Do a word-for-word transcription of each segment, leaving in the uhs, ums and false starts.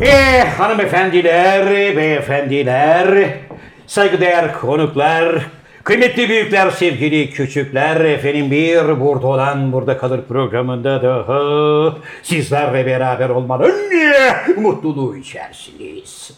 Eh hanımefendiler, beyefendiler, saygıdeğer konuklar, kıymetli büyükler, sevgili küçükler, efendim bir Burada Olan Burada Kalır programında daha sizlerle beraber olmanın mutluluğu içerisindeyiz.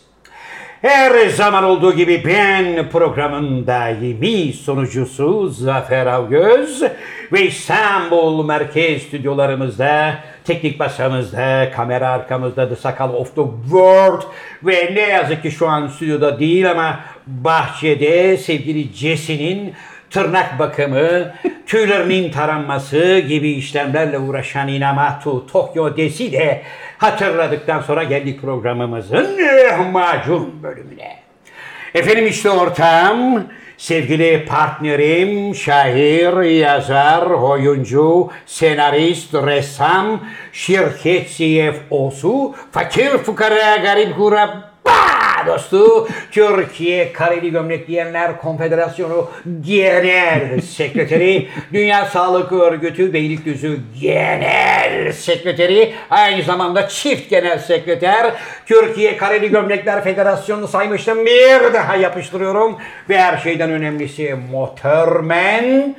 Her zaman olduğu gibi ben programın daimi sunucusu Zafer Algöz ve İstanbul Merkez stüdyolarımızda, teknik masamızda, kamera arkamızda The Sakal of the World ve ne yazık ki şu an stüdyoda değil ama bahçede sevgili Jesse'nin tırnak bakımı, tüylerinin taranması gibi işlemlerle uğraşan Inamatu Tokyo Desi de hatırladıktan sonra geldik programımızın macun bölümüne. Efendim işte ortam, sevgili partnerim, şair, yazar, oyuncu, senarist, ressam, şirket C F O'su, fakir fukara garip kurabba dostu, Türkiye Kareli Gömlek Giyenler Konfederasyonu Genel Sekreteri, Dünya Sağlık Örgütü Beylikdüzü Genel Sekreteri, aynı zamanda çift genel sekreter, Türkiye Kareli Gömlekler Federasyonu saymıştım, bir daha yapıştırıyorum ve her şeyden önemlisi motormen,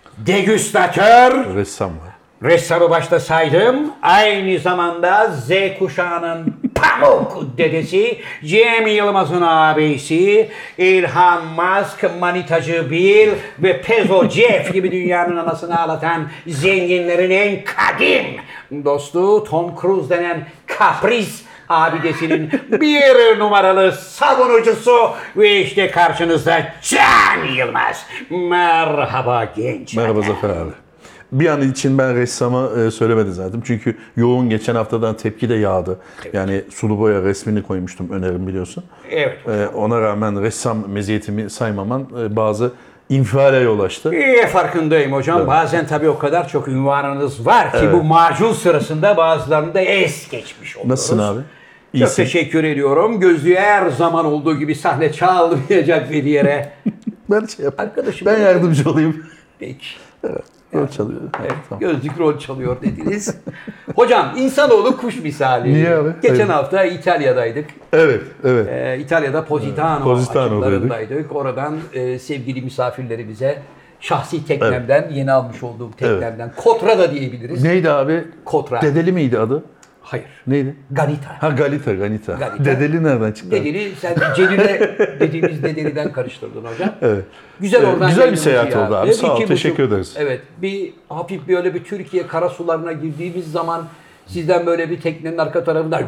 degüstatör, Ressam var. Ressamı başta saydım. Aynı zamanda Z kuşağının pamuk dedesi, Cem Yılmaz'ın abisi, Elon Musk, Manitacı Bill ve Pezo Jeff gibi dünyanın anasını ağlatan zenginlerin en kadim dostu, Tom Cruise denen kapris abidesinin bir numaralı savunucusu ve işte karşınızda Can Yılmaz. Merhaba genç. Merhaba Zafer abi. Bir an için ben ressamı e, söylemedim zaten. Çünkü yoğun geçen haftadan tepki de yağdı. Evet. Yani sulu boya resmini koymuştum, önerim biliyorsun. Evet. E, ona rağmen ressam meziyetimi saymaman e, bazı infiale yol açtı. İyi, farkındayım hocam. Evet. Bazen tabii o kadar çok ünvanınız var ki evet, bu macun sırasında bazılarını da es geçmiş oluyoruz. Nasılsın abi? İyisin. Çok teşekkür ediyorum. Gözlüğe her zaman olduğu gibi sahne çalmayacak bir yere. ben şey yapayım. Arkadaşım ben yardımcı olayım. Peki. Evet. Rol çalıyor. Evet, tamam. Gözlük rol çalıyor dediniz. Hocam insanoğlu kuş misali. Niye abi? Geçen Hayır. hafta İtalya'daydık. Evet, evet. Ee, İtalya'da Positano, evet, Positano'daydık. açıklarındaydık. Oradan e, sevgili misafirlerimize şahsi teknemden, evet, yeni almış olduğum teknemden, evet, Kotra da diyebiliriz. Neydi abi? Kotra. Dedeli miydi adı? Hayır. Neydi? Ganita. Ha Galita, Ganita. Ganita. Dedeli nereden çıktı? Dedeli, sen Celil'e dediğimiz Dedeli'den karıştırdın hocam. Evet. Güzel, oradan ee, güzel bir seyahat oldu abi. Sağ ol, teşekkür buçuk, ederiz. Evet, bir hafif böyle bir Türkiye karasularına girdiğimiz zaman sizden böyle bir teknenin arka tarafından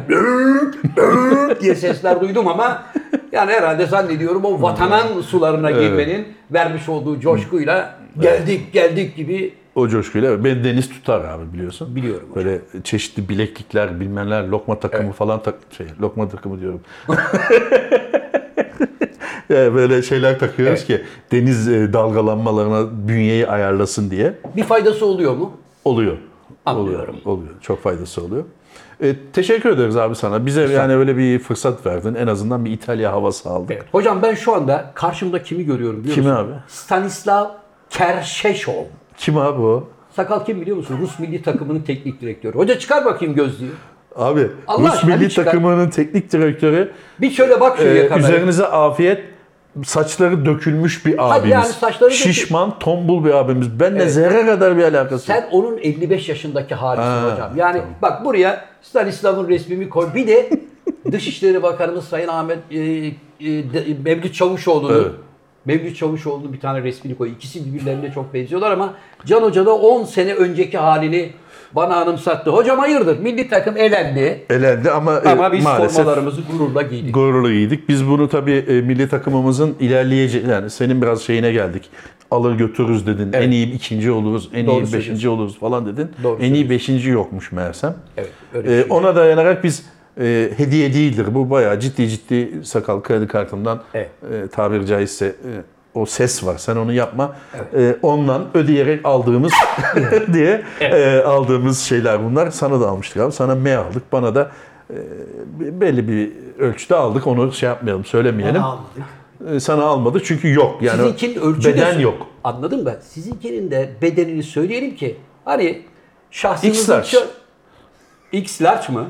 diye sesler duydum ama yani herhalde zannediyorum o vatanın sularına girmenin, evet, vermiş olduğu coşkuyla geldik geldik gibi. O coşkuyla beni deniz tutar abi, biliyorsun. Biliyorum hocam. Böyle çeşitli bileklikler, bilmemler, lokma takımı, evet, falan tak şey, lokma takımı diyorum. Yani böyle şeyler takıyoruz, evet, ki deniz dalgalanmalarına bünyeyi ayarlasın diye. Bir faydası oluyor mu? Oluyor. Anlıyorum. Oluyor. Oluyor. Çok faydası oluyor. E, teşekkür ederiz abi sana. Bize Güzel. yani öyle bir fırsat verdin. En azından bir İtalya havası aldık. Evet. Hocam ben şu anda karşımda kimi görüyorum biliyor kimi musun? Kimi abi? Stanislav Kerşeşov. Kim abi o? Sakal kim biliyor musun? Rus milli takımının teknik direktörü. Hoca çıkar bakayım gözlüğü. Abi Allah Rus milli takımının teknik direktörü. Bir şöyle bak şuraya e, kameraya. Üzerinize afiyet. Saçları dökülmüş bir abimiz. Yani saçları şişman, dökül... tombul bir abimiz. Benle, evet, zerre kadar bir alakası yok. Sen onun elli beş yaşındaki halisin hocam. Yani tamam, bak buraya Stanislav'ın resmini koy. Bir de Dışişleri Bakanımız Sayın Ahmet e, e, Mevlüt Çavuşoğlu'nun, evet, Mevlüt Çavuşoğlu'nun bir tane resmini koy. İkisi birbirlerine çok benziyorlar ama Can Hoca da on sene önceki halini bana anımsattı. Hocam hayırdır? Milli takım elendi. Elendi ama ama biz maalesef formalarımızı gururla giydik. Gururla giydik. Biz bunu tabii e, milli takımımızın ilerleyeceği, yani senin biraz şeyine geldik. Alır götürürüz dedin. Evet. En iyi ikinci oluruz, en Doğru iyi beşinci oluruz falan dedin. Doğru en iyi beşinci yokmuş meğersem. Evet, öyle ee, ona dayanarak biz e, hediye değildir. Bu bayağı ciddi ciddi sakal kredi kartımdan, evet, e, tabiri caizse e, o ses var. Sen onu yapma. Evet. Ee, ondan ödeyerek aldığımız diye, evet, e, aldığımız şeyler bunlar. Sana da almıştık abi. Sana M aldık. Bana da e, belli bir ölçüde aldık. Onu şey yapmayalım, söylemeyelim. Bana almadık. E, sana almadık çünkü yok. Yani sizinkinin ölçü beden de, yok. Anladım ben. Sizinkinin de bedenini söyleyelim ki hani şahsınızın... X large. X large mı?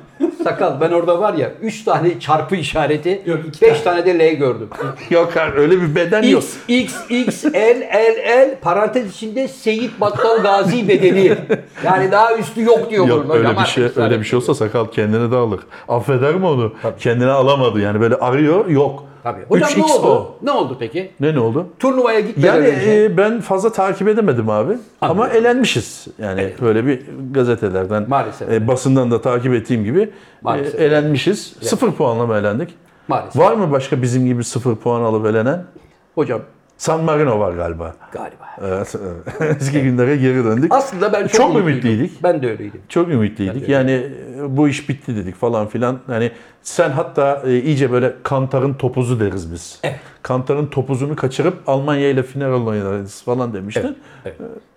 Sakal ben orada var ya üç tane çarpı işareti, Yok, iki beş tane. tane de L gördüm. Yok abi, öyle bir beden yok. X, X, X, L, L, L parantez içinde Seyit Battal Gazi bedeni. Yani daha üstü yok diyor Yok bunun. öyle Hocam bir şey artık öyle bir şey olsa Sakal kendini de alır. Affeder mi onu? Kendine alamadı yani, böyle arıyor, yok. Tabii. Hocam üç ne x oldu? o. Ne oldu peki? Ne ne oldu? Turnuvaya gitmeden Yani önce. e, ben fazla takip edemedim abi. Ama elenmişiz. Yani böyle bir gazetelerden, Maalesef. e, basından da takip ettiğim gibi Maalesef. e, elenmişiz. Sıfır puanla mı elendik? Maalesef. Var mı başka bizim gibi sıfır puan alıp elenen? Hocam San Marino var galiba. galiba. Evet, evet. Eski günlere geri döndük. Aslında ben çok, Çok umutluyum. ümitliydik. Ben de öyleydim. Çok ümitliydik. Yani e, bu iş bitti dedik falan filan. Yani sen hatta e, iyice böyle Kantar'ın topuzu deriz biz. Evet. Kantar'ın topuzunu kaçırıp Almanya ile final oynarız falan demiştin. Evet,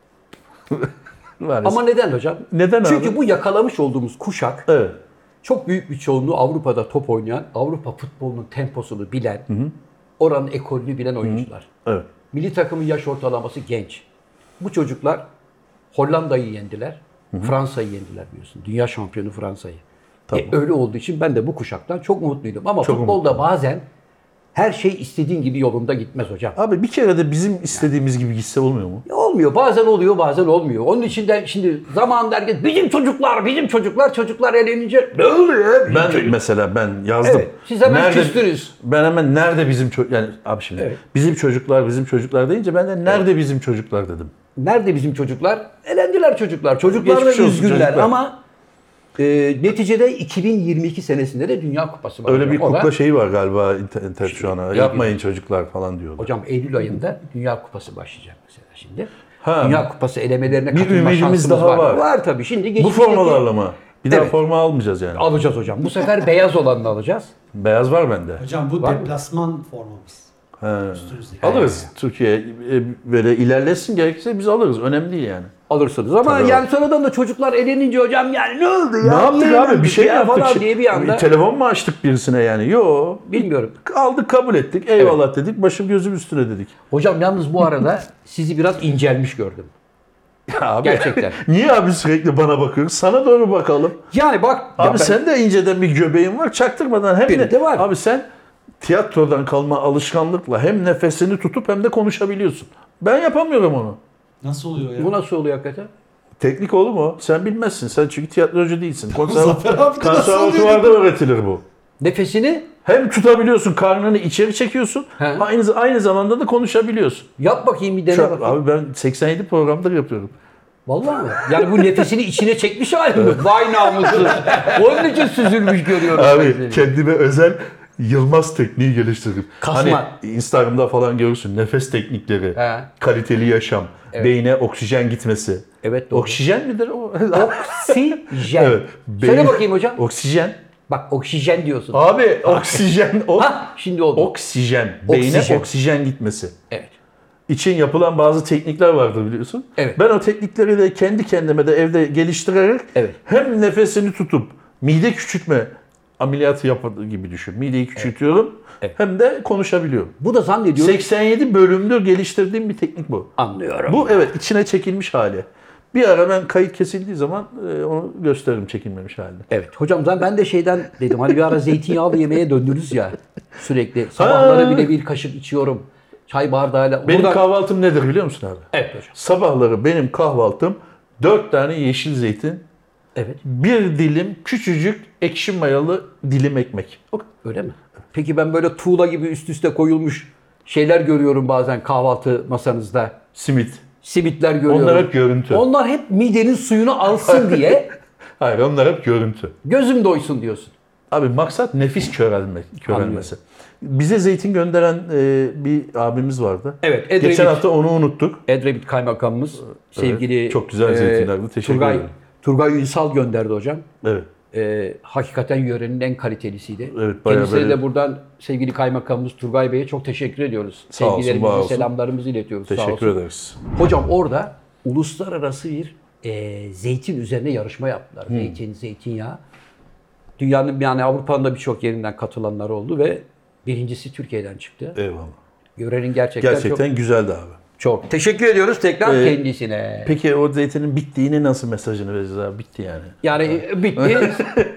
Maalesef. Ama neden hocam? Neden Çünkü abi? bu yakalamış olduğumuz kuşak Evet. çok büyük bir çoğunluğu Avrupa'da top oynayan, Avrupa futbolunun temposunu bilen, oranın ekolünü bilen oyuncular. Evet. Milli takımın yaş ortalaması genç. Bu çocuklar Hollanda'yı yendiler, Fransa'yı yendiler biliyorsun. Dünya şampiyonu Fransa'yı. Tamam. E, öyle olduğu için ben de bu kuşaktan çok mutluydum. Ama Çok futbolda bazen her şey istediğin gibi yolunda gitmez hocam. Abi bir kere de bizim istediğimiz gibi gitse olmuyor mu? Ya olmuyor. Bazen oluyor, bazen olmuyor. Onun için de şimdi zamanında herkes bizim çocuklar, bizim çocuklar, çocuklar eğlenince ne oluyor? Bizim Ben çocuk- mesela ben yazdım. Evet, siz hemen küstünüz. Ben hemen nerede bizim çocuk, yani abi şimdi Evet. bizim çocuklar bizim çocuklar deyince ben de nerede bizim çocuklar dedim. Nerede bizim çocuklar? Elendiler çocuklar. Çocuklar da Geçmiş olsun üzgünler çocuklar. ama e, neticede iki bin yirmi iki senesinde de Dünya Kupası var. Öyle bir O da- kukla şeyi var galiba internet şu an. Yapmayın çocuklar falan diyorlar. Hocam Eylül ayında Dünya Kupası başlayacak mesela şimdi. Ha. Dünya Kupası elemelerine Bir katılma ümidimiz şansımız daha var. var. Var tabii. Şimdi Bu geçmişteki- formalarla mı? Bir daha Evet. forma almayacağız yani. alacağız hocam. Bu sefer beyaz olanını alacağız. Beyaz var bende. Hocam bu Var mı? deplasman formamız. He. Üstünüzdeki. Alırız. Türkiye e, böyle ilerlesin, gerekirse biz alırız. Önemli değil yani. Alırsınız ama Tabii. yani sonradan da çocuklar elenince hocam yani ne oldu ya? Ne yaptık Niye abi? Bir şey ya yaptık. falan Şey- diye bir anda. Telefon mu açtık birisine yani? Yo. Bilmiyorum. Aldık, kabul ettik. Eyvallah dedik. Başım gözüm üstüne dedik. Hocam yalnız bu arada sizi biraz incelmiş gördüm. Ya abi, Gerçekten. niye abi sürekli bana bakıyorsun? Sana doğru bakalım. Yani bak. Abi ya ben- sen de inceden bir göbeğin var. Çaktırmadan hem Benim de, de var. Abi sen tiyatrodan kalma alışkanlıkla hem nefesini tutup hem de konuşabiliyorsun. Ben yapamıyorum onu. Nasıl oluyor ya? Bu nasıl oluyor hakikaten? Teknik olur mu? Sen bilmezsin. Sen çünkü tiyatrocu değilsin. Zafer abi de nasıl Konservatuvarda öğretilir bu. Nefesini Hem tutabiliyorsun, karnını içeri çekiyorsun. He. Aynı aynı zamanda da konuşabiliyorsun. yap bakayım bir dene Şu- bakayım. abi ben seksen yedi programdır yapıyorum. Vallahi mi? Yani bu nefesini içine çekmiş hali mi? Vay namussuz. Onun için süzülmüş görüyorum. ben Abi seni. kendime özel Yılmaz tekniği geliştirdim. Kasma. Hani Instagram'da falan görürsün nefes teknikleri, He. kaliteli yaşam, beyne oksijen gitmesi. Evet doğru. Oksijen midir o? Oksijen. Evet. Söyle Beyin- bakayım hocam. Oksijen. Bak oksijen diyorsun. Abi oksijen. O, Ha şimdi oldu. oksijen. Beyne Oksijen. oksijen gitmesi. Evet. için yapılan bazı teknikler vardır biliyorsun. Evet. Ben o teknikleri de kendi kendime de evde geliştirerek Evet. hem nefesini tutup mide küçültme ameliyatı yapar gibi düşün. Mideyi küçültüyorum Evet. hem de konuşabiliyorum. Bu da zannediyorum. seksen yedi bölümdür geliştirdiğim bir teknik bu. Anlıyorum. Bu evet içine çekilmiş hali. Bir ara ben kayıt kesildiği zaman e, onu gösteririm çekilmemiş halini. Evet hocam zaten ben de şeyden dedim hani bir ara zeytinyağlı yemeğe döndünüz ya sürekli. Sabahları Ha. bile bir kaşık içiyorum. Çay bardağıyla. Benim Buradan- kahvaltım nedir biliyor musun abi? Evet hocam. Sabahları benim kahvaltım dört tane yeşil zeytin, Evet. bir dilim küçücük ekşi mayalı dilim ekmek. O kadar. Öyle mi? Peki ben böyle tuğla gibi üst üste koyulmuş şeyler görüyorum bazen kahvaltı masanızda. Simit. Simitler görüyorum. Onlar hep görüntü. Onlar hep midenin suyunu alsın diye Hayır onlar hep görüntü. gözüm doysun diyorsun. Abi maksat nefis körelmek, körelmesi. Bize zeytin gönderen e, bir abimiz vardı. Evet, Edremit. Geçen hafta onu unuttuk. Edremit Kaymakamımız sevgili çok güzel zeytinlerdi. Teşekkür Turgay, ederim. Turgay Ünsal gönderdi hocam. Evet. Ee, hakikaten yörenin en kalitelisiydi. Evet, bayağı Kendisine böyle- de buradan sevgili kaymakamımız Turgay Bey'e çok teşekkür ediyoruz. Sağ olsun, Sevgilerimizi, var olsun. selamlarımızı iletiyoruz. Sağ Teşekkür olsun. ederiz. Hocam orada uluslararası bir e, zeytin üzerine yarışma yaptılar. Hmm. Zeytin, zeytinyağı. Dünyanın yani Avrupa'nın da birçok yerinden katılanlar oldu ve birincisi Türkiye'den çıktı. Eyvallah. Yörenin gerçekten, Gerçekten güzeldi abi. çok, çok. Teşekkür ediyoruz tekrar Ee, kendisine. Peki o zeytinin bittiğini nasıl mesajını vereceğiz abi? Bitti yani. Yani e, bitti.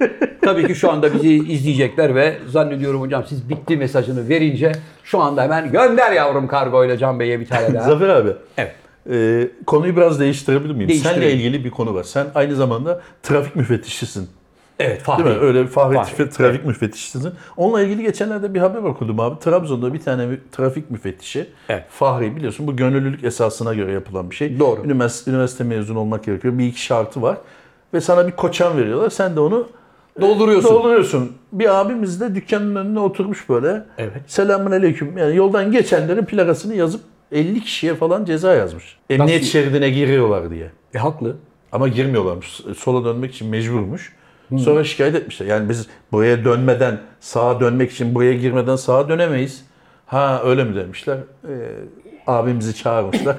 Tabii ki şu anda bizi izleyecekler ve zannediyorum hocam siz bitti mesajını verince şu anda hemen gönder yavrum kargoyla Can Bey'e bir tane daha. Zafer abi. Evet. E, konuyu biraz değiştirebilir miyim? Değiştirelim. Seninle ilgili bir konu var. Sen aynı zamanda trafik müfettişisin. Evet Fahri. Değil mi? Öyle bir Fahri, Fahri. trafik müfettişisin. Onunla ilgili geçenlerde bir haber okudum abi. Trabzon'da bir tane bir trafik müfettişi. Evet. Fahri biliyorsun bu gönüllülük esasına göre yapılan bir şey. Doğru. Üniversite, üniversite mezunu olmak gerekiyor. Bir iki şartı var. Ve sana bir koçan veriyorlar. Sen de onu Dolduruyorsun. Dolduruyorsun. Bir abimiz de dükkanın önüne oturmuş böyle. Evet. Selamünaleyküm. Yani yoldan geçenlerin plakasını yazıp elli kişiye falan ceza yazmış. Emniyet Nasıl? şeridine giriyorlar diye. E, haklı. Ama girmiyorlarmış. Sola dönmek için mecburmuş. Sonra şikayet etmişler. Yani biz buraya dönmeden, sağa dönmek için buraya girmeden sağa dönemeyiz. Ha öyle mi demişler. Ee, abimizi çağırmışlar.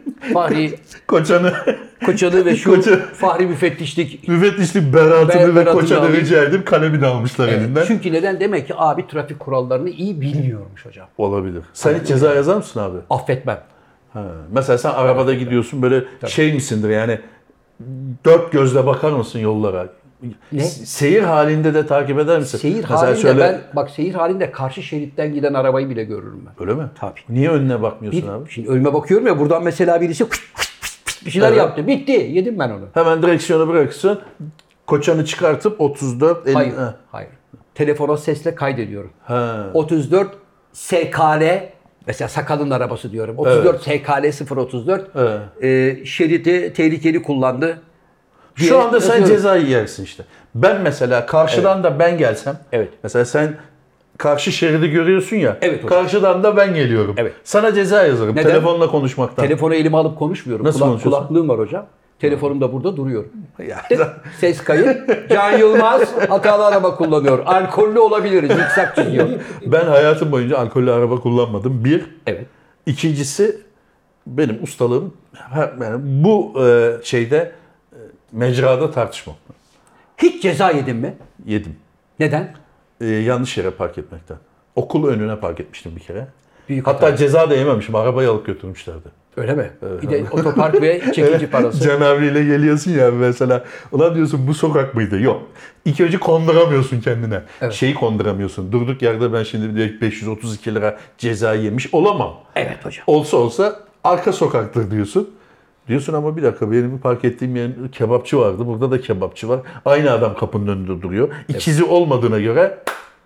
Fahri Koçanı, Koçanı ve şu Koça- Fahri müfettişlik. müfettişlik beratını Be- ve beratını koçanı alayım. rica edip kalemini almışlar elinden. Çünkü neden? Demek ki abi trafik kurallarını iyi bilmiyormuş hocam. Olabilir. Sen hiç ceza yazar mısın abi? Affetmem. Ha. Mesela sen arabada gidiyorsun böyle şey misindir yani dört gözle bakar mısın yollara? Ne? Se- Seyir halinde de takip eder misin? Seyir Mesela halinde şöyle- ben bak seyir halinde karşı şeritten giden arabayı bile görürüm ben. Öyle mi? Tabii. Niye önüne bakmıyorsun Bir, abi? şimdi önüme bakıyorum ya buradan mesela birisi bir şeyler Evet. yaptı. Bitti. Yedim ben onu. Hemen direksiyonu bırakırsın. Koçanı çıkartıp otuz dört elli. Hayır. Ha. Hayır. Telefona sesle kaydediyorum. Ha. otuz dört S K L mesela Sakal'ın arabası diyorum. otuz dört S K L sıfır otuz dört Evet. e, şeridi tehlikeli kullandı. diye Şu anda sen yazıyorum. cezayı yersin işte. Ben mesela karşıdan da ben gelsem. Evet. Mesela sen karşı şeridi görüyorsun ya. Evet hocam. Karşıdan da ben geliyorum. Evet. Sana ceza yazarım. Neden? Telefonla konuşmaktan. Telefonu elime alıp konuşmuyorum. Nasıl Kulak- konuşuyorsun? Kulaklığım var hocam. Telefonum da burada duruyor. Ya, Ses kayıt. Can Yılmaz hatalı araba kullanıyor. Alkollü olabiliriz. Zikzak çiziyor. ben hayatım boyunca alkollü araba kullanmadım. Bir. Evet. İkincisi benim ustalığım ha- yani bu e, şeyde e, mecrada tartışmam. Hiç ceza yedin mi? Yedim. Neden? E, yanlış yere park etmekten. Okul önüne park etmiştim bir kere. Büyük Hatta hata. ceza da yememişim. Arabayı alıp götürmüşlerdi. Öyle mi? Bir de otopark ve çekici parası. Cenavriyle geliyorsun ya mesela. Ulan diyorsun bu sokak mıydı? Yok. İlk önce konduramıyorsun kendine. Evet. Şeyi konduramıyorsun. Durduk yerde ben şimdi direkt beş yüz otuz iki lira ceza yemiş olamam. Evet hocam. Olsa olsa arka sokaktır diyorsun. Diyorsun ama bir dakika benim park ettiğim yerin kebapçı vardı. Burada da kebapçı var. Aynı adam kapının önünde duruyor. İkizi olmadığına göre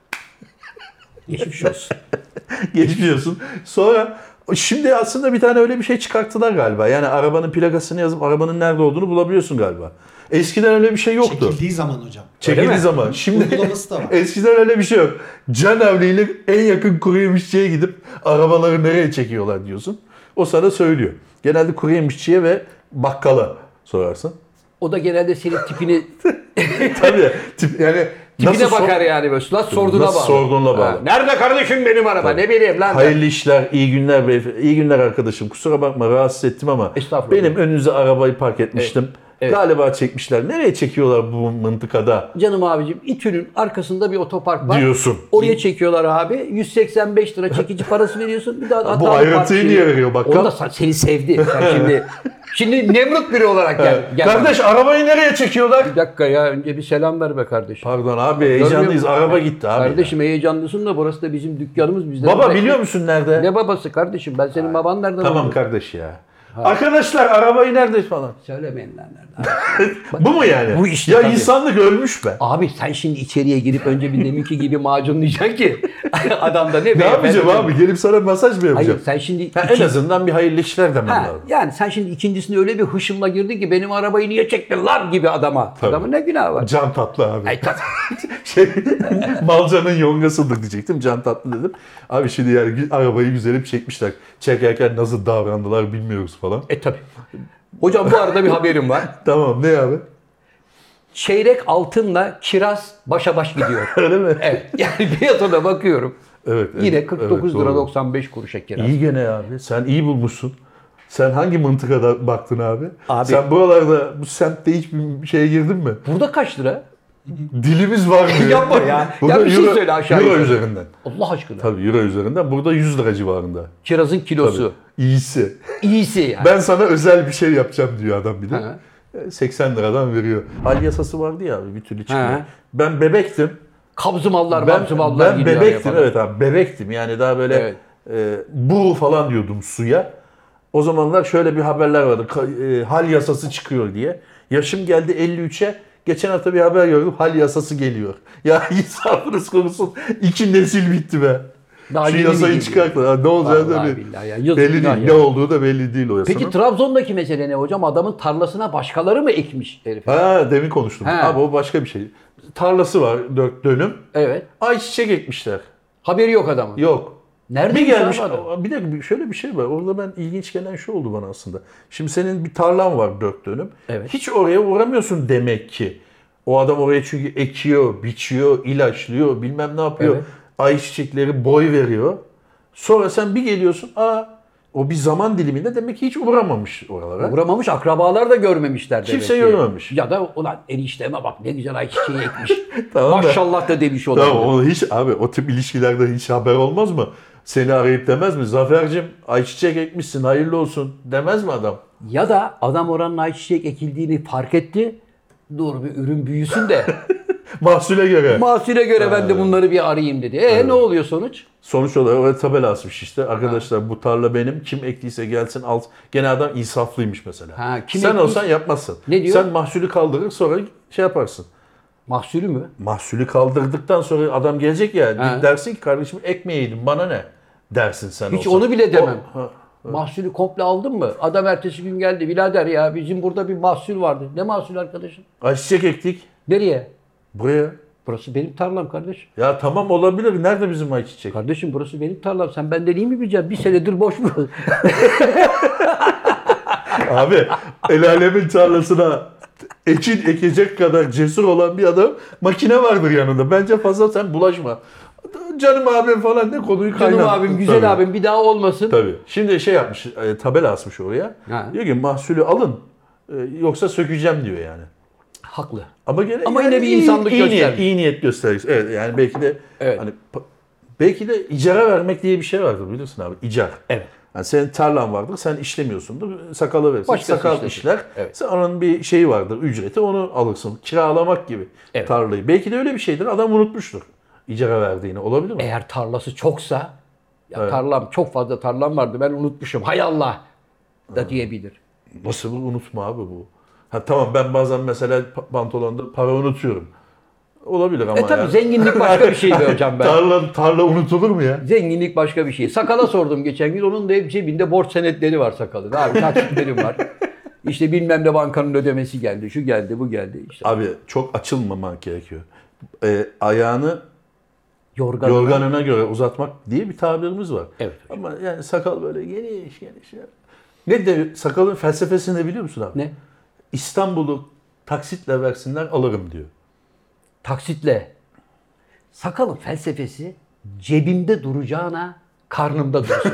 Geçmiş olsun. geçmiyorsun. Sonra şimdi aslında bir tane öyle bir şey çıkarttılar galiba. Yani arabanın plakasını yazıp arabanın nerede olduğunu bulabiliyorsun galiba. Eskiden öyle bir şey yoktu. Çekildiği zaman hocam. Çekildiği mi? zaman. Şimdi Uygulaması da var. eskiden öyle bir şey yok. Canavli ile en yakın kuru yemişçiye gidip arabaları nereye çekiyorlar diyorsun. O sana söylüyor. Genelde kuru yemişçiye ve bakkala sorarsın. O da genelde senin tipini Tabii. Tip, yani tipine sor- bakar yani böyle. Nasıl sorduğuna Nasıl bağlı. sorduğuna bağlı. Ha, nerede kardeşim benim araba? Ne bileyim lan. Hayırlı işler, iyi günler beyefendi. İyi günler arkadaşım. Kusura bakma rahatsız ettim ama Estağfurullah. benim önünüze arabayı park etmiştim. Evet. Evet. Galiba çekmişler. Nereye çekiyorlar bu mıntıkada Canım abicim İTÜ'nün arkasında bir otopark var. diyorsun. Oraya çekiyorlar abi. yüz seksen beş lira çekici parası veriyorsun. Bir daha hatalı Bu ayrıntıyı park şeyi- niye veriyor bakkal? Onu da sen- seni sevdi. Sen şimdi şimdi Nemrut biri olarak gel. gel Kardeş arabayı nereye çekiyorlar? bana. Bir dakika ya önce bir selam ver be kardeşim. Pardon abi Görmüyor heyecanlıyız. musun? Araba gitti abi. Kardeşim heyecanlısın da burası da bizim dükkanımız. Bizden Baba de- biliyor musun nerede? Ne babası kardeşim? Ben senin baban nereden Tamam oldum? kardeş ya. Arkadaşlar arabayı nerede falan. Söylemeyin lan nereden. Bu mu yani? Bu işte ya tabii. insanlık ölmüş be. Abi sen şimdi içeriye girip önce bir deminki gibi macunlayacaksın ki adam da ne Ne yapacağım abi? Gelip sana masaj mı Hayır yapacağım? sen şimdi Ha, iki- en azından bir hayırlı işler demen Ha, lazım. yani sen şimdi ikincisinde öyle bir hışımla girdin ki benim arabayı niye çektin lan gibi adama. Adamın ne günahı var? Can tatlı abi. Ay, tat- şey, Malcanın yongasıdır diyecektim. Can tatlı dedim. Abi şimdi yani arabayı güzelim çekmişler. Çekerken nasıl davrandılar bilmiyoruz falan. e tabi. Hocam bu arada bir haberim var. Tamam ne abi? Çeyrek altınla kiraz başa baş gidiyor. Öyle mi? Evet. Yani piyasada bakıyorum. Evet. evet, Yine kırk dokuz evet, lira doğru. doksan beş kuruşa kiraz. İyi gene abi. Sen iyi bulmuşsun. Sen hangi mıntıkada baktın abi? Abi- Sen buralarda bu semtte hiçbir şeye girdin mi? Burada kaç lira? Dilimiz var mı? Yapma ya. Burada Ya bir şey euro- söyle aşağı Euro yukarı. üzerinden. Allah aşkına. Tabii euro üzerinden. Burada yüz lira civarında. Kirazın kilosu. İyisi. İyisi yani. Ben sana özel bir şey yapacağım diyor adam bir de. Ha. seksen liradan veriyor. Hal yasası vardı ya abi, bir türlü çıkmıyor. He. Ben bebektim. Kabzı mallar, Ben, mabzı mallar ben geliyor araya bebektim falan. evet abi, bebektim yani daha böyle Evet. e, bu falan diyordum suya. O zamanlar şöyle bir haberler vardı. Ka- e, hal yasası çıkıyor diye. Yaşım geldi elli üçe. Geçen hafta bir haber gördüm. Hal yasası geliyor. Ya insafınız korusun. İki nesil bitti be. Daha Şu yeni mi yasayı geliyor? çıkarttılar. Ne olacağı da Vallahi belli, billahi ya, yazık belli günah değil. ya. Ne olduğu da belli değil o yasanın. Peki Trabzon'daki mesele ne hocam? Adamın tarlasına başkaları mı ekmiş herif? Ha, demin konuştum. He. Abi o başka bir şey. Tarlası var dört dönüm. Evet. Ayçiçek ekmişler. Haberi yok adamın. Yok. Nerede Bir gelmiş, adam? bir de şöyle bir şey var. Orada ben ilginç gelen şu oldu bana aslında. Şimdi senin bir tarlan var dört dönüm. Evet. Hiç oraya uğramıyorsun demek ki. O adam oraya çünkü ekiyor, biçiyor, ilaçlıyor, bilmem ne yapıyor. Evet. Ayçiçekleri boy veriyor. Sonra sen bir geliyorsun, aa o bir zaman diliminde demek ki hiç uğramamış oralara. Uğramamış, akrabalar da görmemişler demek Kimse ki. görmemiş. Ya da ulan enişteme bak ne güzel ayçiçeği ekmiş. Tamam da- Maşallah da demiş olabilir. Tamam, o hiç abi o tip ilişkilerde hiç haber olmaz mı? Seni arayıp demez mi? Zafer'cim ayçiçek ekmişsin, hayırlı olsun demez mi adam? Ya da adam oranın ayçiçek ekildiğini fark etti. Dur bir ürün büyüsün de Mahsule göre. mahsule göre ben de bunları bir arayayım dedi. E ne oluyor sonuç? Sonuç olarak oraya tabela asmış işte. Arkadaşlar bu tarla benim. Kim ektiyse gelsin al. Gene adam insaflıymış mesela. Ha, kim Sen ekmiş? olsan yapmazsın. Ne diyor? Sen mahsulü kaldırır sonra şey yaparsın. Mahsulü mü? Mahsulü kaldırdıktan sonra adam gelecek ya. Ha. Dersin ki kardeşim ekmeyeydin bana ne? Dersin sen Hiç olsan. onu bile demem. O- ha. Mahsulü komple aldın mı? Adam ertesi gün geldi. Birader ya bizim burada bir mahsul vardı. Ne mahsul arkadaşım? Ayçiçek ektik. Nereye? Buraya. Burası benim tarlam kardeşim. Ya tamam olabilir. Nerede bizim ayçiçek? Kardeşim burası benim tarlam. Sen benden iyi mi bileceksin? Bir senedir boş mu? Abi el alemin tarlasına ekin ekecek kadar cesur olan bir adam makine vardır yanında. Bence fazla sen bulaşma. Canım abim falan ne konuyu kaynat. Canım abim, güzel Tabii. abim bir daha olmasın. Tabii. Şimdi şey yapmış, e, tabela asmış oraya. Ha. Diyor ki mahsulü alın e, yoksa sökeceğim diyor yani. Haklı. Ama gene Ama yani yine bir iyi- insanlık iyi niyet, göstermiş. iyi niyet göstergesi. Evet yani belki de Evet. hani pa- belki de icara vermek diye bir şey vardır bilirsin abi. İcar. Evet. Yani senin tarlan vardır, sen işlemiyorsundur, sakalı verirsin. Başkası Sakal işletir. işler, Evet. sen onun bir şeyi vardır, ücreti onu alırsın. Kiralamak gibi Evet. tarlayı. Belki de öyle bir şeydir, adam unutmuştur icara verdiğini. Olabilir mi? Eğer tarlası çoksa, ya Evet. tarlam çok fazla tarlam vardı ben unutmuşum. Hay Allah da diyebilir. Nasıl bu unutma abi bu? Ha tamam ben bazen mesela pa- pantolonda para unutuyorum. Olabilir ama E tabii yani. zenginlik başka bir şey be hocam ben. Tarla, tarla unutulur mu ya? Zenginlik başka bir şey. Sakala sordum geçen gün. Onun da hep cebinde borç senetleri var sakalın. Abi taksitlerim var. İşte bilmem ne bankanın ödemesi geldi. Şu geldi, bu geldi. İşte Abi çok açılmamak gerekiyor. Ee, ayağını yorgan. yorganına göre uzatmak diye bir tabirimiz var. Evet hocam. Ama yani sakal böyle geniş geniş. ya. Ne de sakalın felsefesini de biliyor musun abi? Ne? İstanbul'u taksitle versinler alırım diyor. Taksitle. Sakalın felsefesi cebimde duracağına karnımda dursun.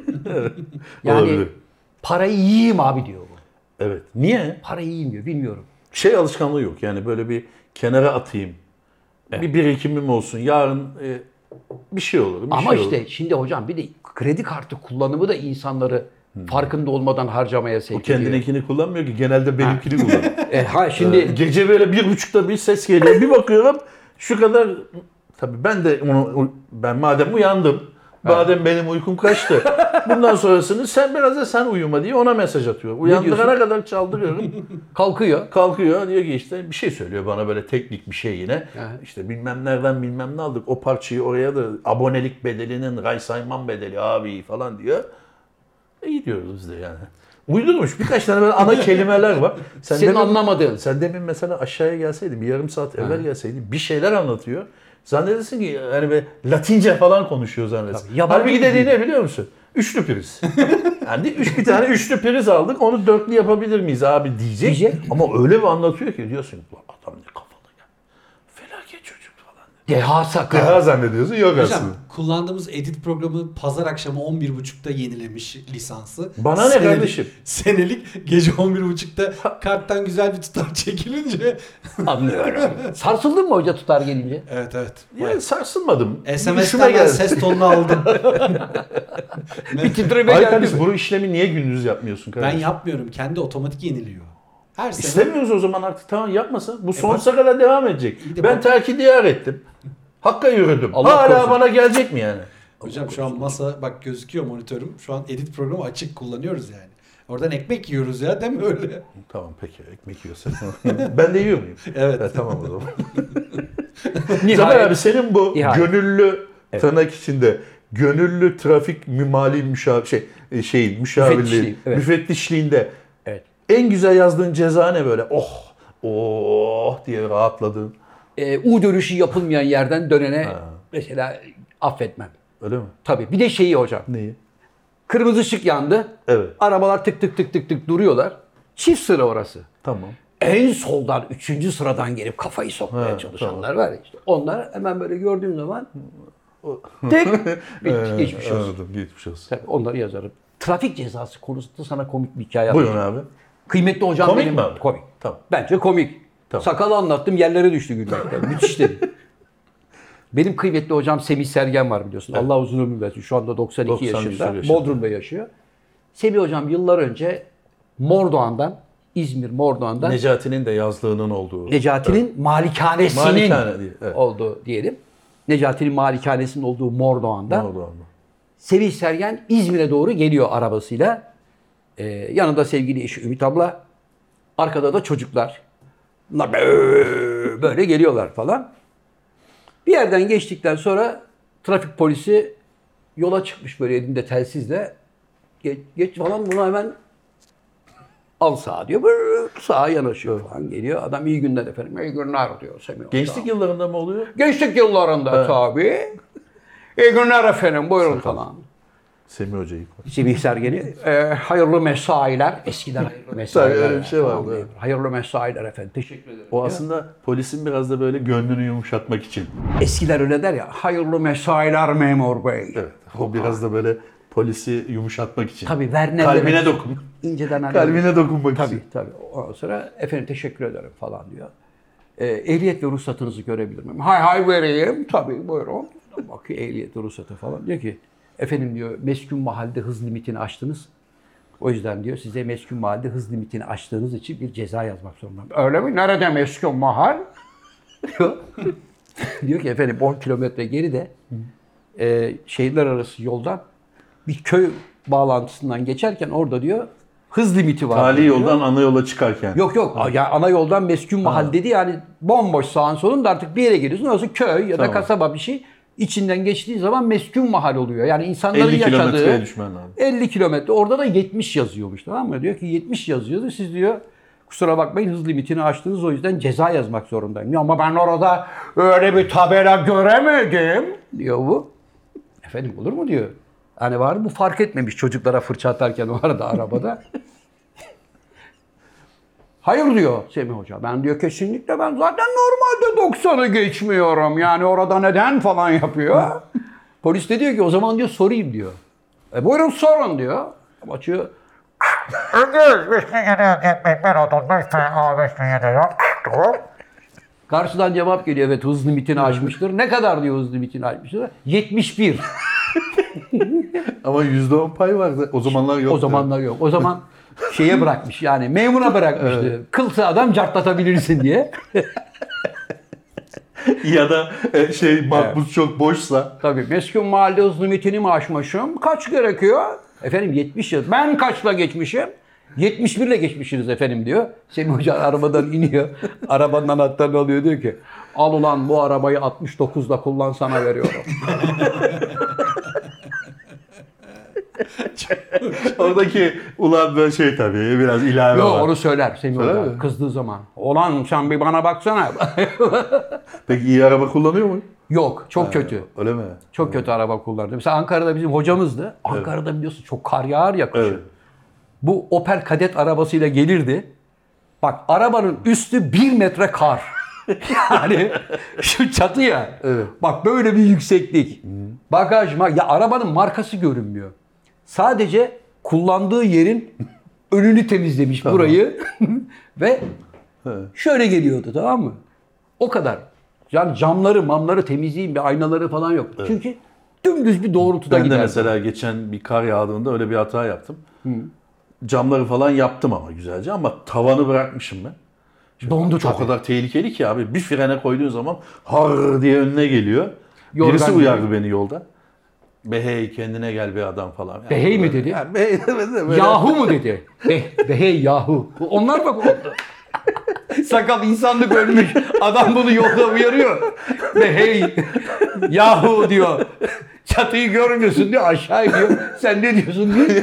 Yani Olabilir. parayı yiyeyim abi diyor bu. Evet. Niye? Parayı yiyeyim diyor bilmiyorum. Şey alışkanlığı yok. Yani böyle bir kenara atayım. Bir birikimim olsun. Yarın e, bir şey olur. Bir Ama şey işte olur. şimdi hocam bir de kredi kartı kullanımı da insanları farkında olmadan harcamaya sevk ediyor. Kendininkini kullanmıyor ki. Genelde benimkini kullanıyor. E, ha şimdi Ee, Gece böyle bir buçukta bir ses geliyor. Bir bakıyorum şu kadar. Tabii ben de onu ben madem uyandım. Madem benim uykum kaçtı. Bundan sonrasını sen biraz da sen uyuma diye ona mesaj atıyor. Uyandırana kadar çaldırıyorum. kalkıyor. Kalkıyor diyor ki işte bir şey söylüyor bana böyle teknik bir şey yine. Aha. İşte bilmem nereden bilmem ne aldık. O parçayı oraya da abonelik bedelinin raysayman bedeli abi falan diyor. E gidiyoruz biz de yani. Uydurmuş birkaç tane böyle ana kelimeler var. Sen Senin demin- anlamadığın. Sen demin mesela aşağıya gelseydin, bir yarım saat evvel gelseydin bir şeyler anlatıyor. Zannedersin ki hani böyle Latince falan konuşuyor zannedersin. Tabii, yabancı Halbuki bir dediği dil. ne biliyor musun? Üçlü priz. Yani üç bir tane üçlü priz aldık, onu dörtlü yapabilir miyiz abi diyecek. Diyecek. Ama öyle bir anlatıyor ki diyorsun "Ulan adam ne kafalı ya. Felaket çocuk falan. Deha sakal. Deha zannediyorsun, yok Hocam aslında. kullandığımız edit programı pazar akşamı on bir buçukta yenilemiş lisansı. Bana ne kardeşim? Senelik gece on bir buçukta karttan güzel bir tutar çekilince. Anlıyorum. Sarsıldın mı hoca tutar gelince? Evet evet. Ya sarsılmadım. S Üşüme M S'ten ben geldi. ses tonunu aldım. Bir titreme Ay geldi kardeşim mi? bu işlemi niye gündüz yapmıyorsun Ben kardeşim? yapmıyorum. Kendi otomatik yeniliyor. Her sene İstemiyoruz o zaman artık, tamam yapmasın. Bu sonsuza kadar devam edecek. de Ben bak- terki diyar ettim. Hakka yürüdüm. Allah Hala korusun. bana gelecek mi yani? hocam şu an masa bak gözüküyor monitörüm. Şu an edit programı açık kullanıyoruz yani. Oradan ekmek yiyoruz ya değil mi öyle? Tamam peki, ekmek yiyorsun. Ben de yiyor muyum? Evet. E, tamam o zaman. Nihayet- Zafer abi senin bu Nihayet. gönüllü tırnak içinde gönüllü trafik mimali müşavir şey e, şey müşavirliği Müfettişliği, evet. müfettişliğinde Evet. en güzel yazdığın ceza ne böyle? Oh oh diye rahatladığın. E, U dönüşü yapılmayan yerden dönene mesela affetmem. Öyle mi? Tabii. Bir de şeyi hocam. Neyi? Kırmızı ışık yandı. Evet. Arabalar tık tık tık tık tık duruyorlar. Çift sıra orası. Tamam. En soldan, üçüncü sıradan gelip kafayı sokmaya Ha, çalışanlar var ya işte. Onlar hemen böyle gördüğüm zaman tek bitti, geçmiş olsun. Anladım, geçmiş olsun. Tabii onları yazarım. Trafik cezası konusunda sana komik bir hikaye Buyurun anlatacağım. abi. Kıymetli hocam Komik benim. mi abi? Komik. Tamam. Bence komik. Tamam. Sakalı anlattım yerlere düştü gülmekten. Müthiş dedim. Benim kıymetli hocam Semih Sergen var biliyorsun. Allah uzun ömür versin. Şu anda doksan iki doksan üç yaşında. yaşında. Bodrum'da yaşıyor. Semih hocam yıllar önce Mordoğan'dan, İzmir Mordoğan'dan Necati'nin de yazlığının olduğu. Necati'nin malikanesinin Malikane diye, evet. olduğu diyelim. Necati'nin malikanesinin olduğu Mordoğan'da. Ne oldu abi? Semih Sergen İzmir'e doğru geliyor arabasıyla. Ee, yanında sevgili eşi Ümit abla. Arkada da çocuklar. Bunlar böyle, böyle geliyorlar falan. Bir yerden geçtikten sonra trafik polisi yola çıkmış böyle elinde telsizle. Geç, geç falan bunu hemen al sağa diyor. Böyle sağa yanaşıyor falan geliyor. Adam iyi günler efendim. İyi günler diyor Semih hocam. Gençlik yıllarında mı oluyor? Gençlik yıllarında tabii. İyi günler efendim buyurun falan. Semih Hoca'yı koy. Semih Sergen'i e, hayırlı mesailer. Eskiden hayırlı mesailer. Tabii, öyle bir şey vardı, Tamam mı? evet. Hayırlı mesailer efendim. Teşekkür ederim. O diyor. aslında polisin biraz da böyle gönlünü yumuşatmak için. Eskiler öyle der ya. Hayırlı mesailer memur bey. Evet. O biraz da böyle polisi yumuşatmak için. Tabii Werner Kalbine demek- dokun. İnceden hani- Kalbine dokunmak Tabii için. tabii. Ondan sonra efendim teşekkür ederim falan diyor. E, ehliyet ve ruhsatınızı görebilir miyim? Hay hay vereyim. Tabii buyurun. Bakıyor ehliyet ve ruhsatı falan. Diyor ki efendim diyor meskun mahallede hız limitini aştınız. O yüzden diyor size meskun mahallede hız limitini aştığınız için bir ceza yazmak zorundayım. Öyle mi? Nerede meskun mahal? diyor. diyor ki efendim on kilometre geride e, şehirler arası yoldan bir köy bağlantısından geçerken orada diyor hız limiti var. Tali diyor. yoldan ana yola çıkarken. Yok yok. Ya ana yoldan meskun mahal dedi yani bomboş sağın solun da artık bir yere geliyorsun. Orası köy ya da Tamam. kasaba bir şey. İçinden geçtiği zaman meskun mahal oluyor. Yani insanların elli kilometreye yaşadığı düşmen lazım. elli kilometre. Orada da yetmiş yazıyormuş tamam mı? Diyor ki yetmiş yazıyordu. Siz diyor kusura bakmayın hız limitini aştınız o yüzden ceza yazmak zorundayım. Ya ama ben orada öyle bir tabela göremedim diyor bu. Efendim olur mu diyor. Hani var bu fark etmemiş çocuklara fırça atarken o arada arabada. Hayır diyor Semih Hoca. Ben diyor kesinlikle ben zaten normalde doksanı geçmiyorum. Yani orada neden falan yapıyor. Polis de diyor ki o zaman diyor sorayım diyor. E buyurun sorun diyor. Açıyor. Karşıdan cevap geliyor evet hız limitini aşmıştır. Ne kadar diyor hız limitini aşmıştır? yetmiş bir. Ama yüzde on pay vardı. O zamanlar yoktu. O zamanlar yok. O zaman şeye bırakmış yani memura bırakmıştı. Kılsa adam cartlatabilirsin diye. Ya da e, şey makbuz çok boşsa. Tabii meskun mahalle hız limitini mi aşmışım? Kaç gerekiyor? Efendim yetmiş yıl. Ben kaçla geçmişim? yetmiş bir ile geçmişsiniz efendim diyor. Semih Hoca arabadan iniyor. Arabanın anahtarını alıyor diyor ki al ulan bu arabayı altmış dokuzla kullan sana veriyorum. Oradaki ulan böyle şey tabii biraz ilave Yok var. onu söyler Semih Söyler Hoca mi? kızdığı zaman. Ulan sen bir bana baksana. Peki iyi araba kullanıyor mu? Yok çok kötü. Öyle mi? Çok kötü araba kullandı. Mesela Ankara'da bizim hocamızdı. Ankara'da biliyorsun çok kar yağar ya kışın. Evet. Bu Opel Kadett arabasıyla gelirdi. Bak arabanın üstü bir metre kar. Yani şu çatı ya. Evet. Bak böyle bir yükseklik. Bagaj, ma- ya arabanın markası görünmüyor. Sadece kullandığı yerin önünü temizlemiş burayı. Ve şöyle geliyordu tamam mı? O kadar. Yani camları, mamları temizleyeyim bir aynaları falan yok. Çünkü dümdüz bir doğrultuda Ben de giderdi. mesela geçen bir kar yağdığında öyle bir hata yaptım. camları falan yaptım ama güzelce ama tavanı bırakmışım ben. Dondu Çok tabii. kadar tehlikeli ki abi. Bir frene koyduğun zaman har diye önüne geliyor. Yorgan Birisi gibi. uyardı beni yolda. Be hey kendine gel bir adam falan. Yani Behey mi böyle- dedi? Yani be, böyle- Yahu mu dedi? Be, behey yahu. Onlar bak oldu. Sakal insanlık ölmüş. Adam bunu yolda uyarıyor. Behey yahu diyor. Çatıyı görmüyorsun diyor. Aşağı iniyor. Sen ne diyorsun diyor.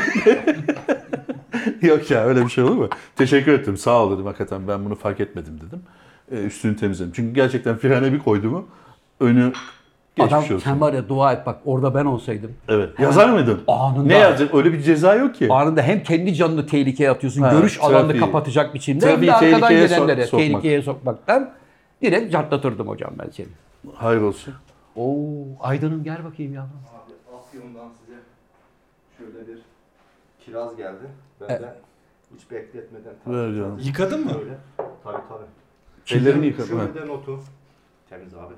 Yok ya öyle bir şey olur mu? Teşekkür ettim. Sağ ol dedim hakikaten ben bunu fark etmedim dedim. Ee, üstünü temizledim. Çünkü gerçekten frene bir koydu mu önü geçmiş Adam olsun. sen var ya dua et bak orada ben olsaydım. Evet. Yazar mıydın? Anında. Ne yazacak? Öyle bir ceza yok ki. Anında hem kendi canını tehlikeye atıyorsun. Ha, görüş alanını trafiği- kapatacak biçimde. Hem trafiği de arkadan tehlikeye sok- gelenlere sokmak. tehlikeye sokmaktan direkt cartlatırdım hocam ben seni. Hayır olsun. Oo, Aydın'ım gel bakayım ya. Abi Afyon'dan size şöyle bir kiraz geldi. Ben Evet. de hiç bekletmeden Ver canım. Yıkadın mı? Böyle. Tabii tabii. Ellerini yıkadım. ha. Şöyle notu. Temiz abi.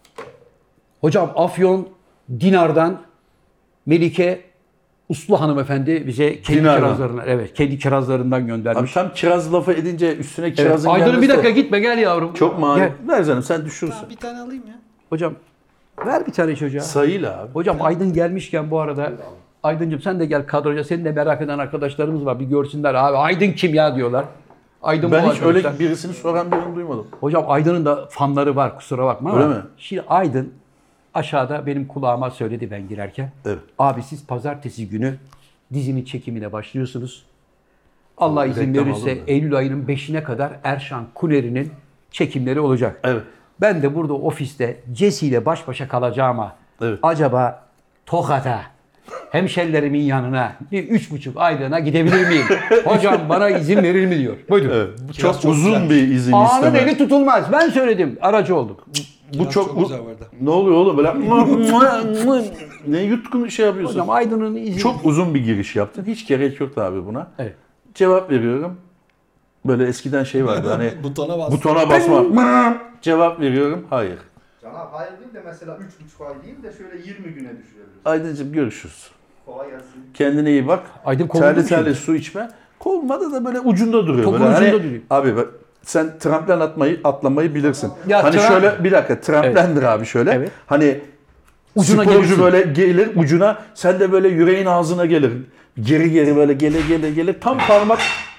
Hocam Afyon Dinar'dan Melike Uslu hanımefendi bize kendi Dinar'dan. kirazlarını, evet kendi kirazlarından Abi göndermiş. tam kiraz lafı edince üstüne Evet, kirazın Aydın'ım bir gelmesi de dakika gitme gel yavrum. çok mani. Gel. Ver canım sen düşürsün. Tamam, bir tane alayım ya. Hocam ver bir tane çocuğa. Sayıyla abi. Hocam Aydın gelmişken bu arada Aydıncığım sen de gel kadroya. Senin de merak eden arkadaşlarımız var. Bir görsünler abi Aydın kim ya diyorlar. Aydın Ben bu hiç arkadaşlar. öyle birisini soran birini duymadım. Hocam Aydın'ın da fanları var kusura bakma ama. Öyle mi? Şimdi Aydın aşağıda benim kulağıma söyledi ben girerken. Evet. Abi siz pazartesi günü dizinin çekimine başlıyorsunuz. Allah Tabii, izin reklam verirse alın da. Eylül ayının beşine kadar Erşan Kuneri'nin çekimleri olacak. Evet. Ben de burada ofiste Jesse ile baş başa kalacağıma Evet. acaba Tokat'a hemşerilerimin yanına bir üç buçuk aylığına gidebilir miyim? Hocam bana izin verir mi diyor. Buyurun. Evet. Bu Kiraz çok, çok uzun güzelmiş. bir izin Ağanın isteme. eli tutulmaz. Ben söyledim. Aracı oldum. Bu Kiraz çok, çok u- güzel bu arada. Ne oluyor oğlum böyle ne yutkun şey yapıyorsun. Hocam Aydın'ın izni. Çok uzun bir giriş yaptın. Hiç gerek yoktu abi buna. Evet. Cevap veriyorum. Böyle eskiden şey vardı hani Butona bas. butona basma. Cevap veriyorum. Hayır. Cana hayır değil de mesela üç buçuk ay değil de şöyle yirmi güne düşürebiliriz. Aydıncığım görüşürüz. Kolay gelsin. Kendine iyi bak. Aydın kovuldu Terli mu terli şimdi? su içme. Kovulmadı da böyle ucunda duruyor. Topun böyle. ucunda Hani- duruyor. Abi bak sen tramplen atmayı atlamayı bilirsin. Ya hani tram- şöyle bir dakika tramplendir abi şöyle. Evet. Hani Ucuna sporcu gelirsin. böyle gelir ucuna sen de böyle yüreğin ağzına gelir. Geri geri böyle gele gele gele tam parmak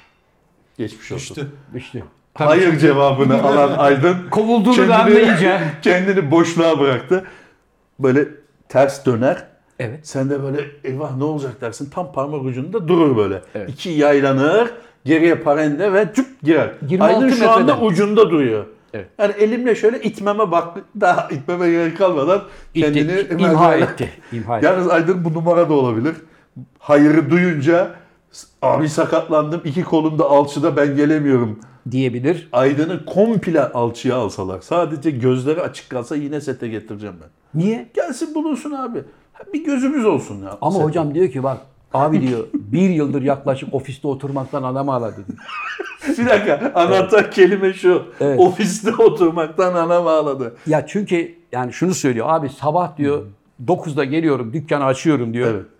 geçmiş olsun. Düştü. İşte. Hayır cevabını alan Aydın Kovulduğunu da kendini- anlayınca. kendini boşluğa bıraktı. Böyle ters döner. Evet. Sen de böyle eyvah ne olacak dersin. Tam parmak ucunda durur böyle. Evet. İki yaylanır. Geriye parende ve cüp girer. yirmi altı Aydın şu anda metreden. ucunda duruyor. Evet. Yani elimle şöyle itmeme bak daha itmeme gerek kalmadan kendini İtti, imha etti. İmha etti. Yalnız Aydın bu numara da olabilir. Hayırı duyunca abi sakatlandım iki kolum da alçıda ben gelemiyorum. Diyebilir. Aydın'ı komple alçıya alsalar sadece gözleri açık kalsa yine sete getireceğim ben. Niye? Gelsin bulunsun abi. Bir gözümüz olsun ya. Ama Sete. hocam diyor ki bak abi diyor bir yıldır yaklaşık ofiste oturmaktan adam ağladı diyor. Bir dakika anahtar kelime şu. Evet. Ofiste oturmaktan anam ağladı. Ya çünkü yani şunu söylüyor abi sabah diyor dokuzda geliyorum dükkanı açıyorum diyor. Evet.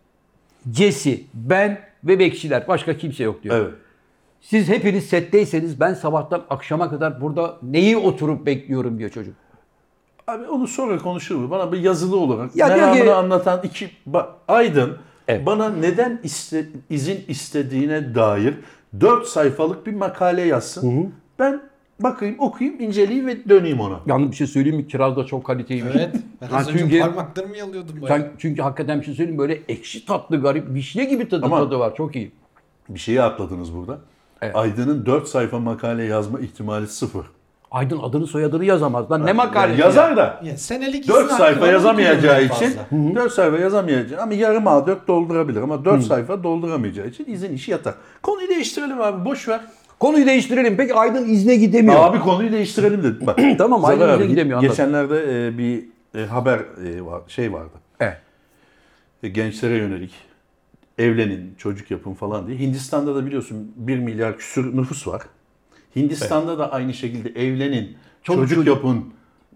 Jesse, ben ve bekçiler başka kimse yok diyor. Evet. Siz hepiniz setteyseniz ben sabahtan akşama kadar burada neyi oturup bekliyorum diyor çocuk. Abi onu sonra konuşuruz. Bana bir yazılı olarak Ya diyor meramını ki- anlatan iki ba- Aydın Evet. bana neden iste- izin istediğine dair dört sayfalık bir makale yazsın. Ben bakayım, okuyayım, inceleyeyim ve döneyim ona. Yalnız bir şey söyleyeyim mi? Kiraz da çok kaliteymiş. Evet. Ben Ha, az önce çünkü- parmaklarımı yalıyordum. bayağı. Sen, çünkü hakikaten bir şey söyleyeyim böyle ekşi tatlı garip vişne gibi tadı, Ama- tadı var. Çok iyi. Bir şeyi atladınız burada. Evet. Aydın'ın dört sayfa makale yazma ihtimali sıfır. Aydın adını soyadını yazamaz lan. Ne makalesi Yani yazar ya? da Ya senelik dört izin sayfa hakkı var, yazamayacağı onu için kullanıyor dört sayfa yazamayacağı ama yarım A dört doldurabilir ama dört sayfa dolduramayacağı için izin işi yatar. Konuyu değiştirelim abi boş ver. Konuyu değiştirelim. Peki Aydın izne gidemiyor. Abi konuyu değiştirelim dedik. Bak. Tamam, Zafer Aydın izne abi, gidemiyor, anladım. Geçenlerde e, bir e, haber e, var, şey vardı. Evet. E, gençlere yönelik evlenin, çocuk yapın falan diye. Hindistan'da da biliyorsun bir milyar küsür nüfus var. Hindistan'da da aynı şekilde evlenin, Çoluk çocuk çocuk. yapın,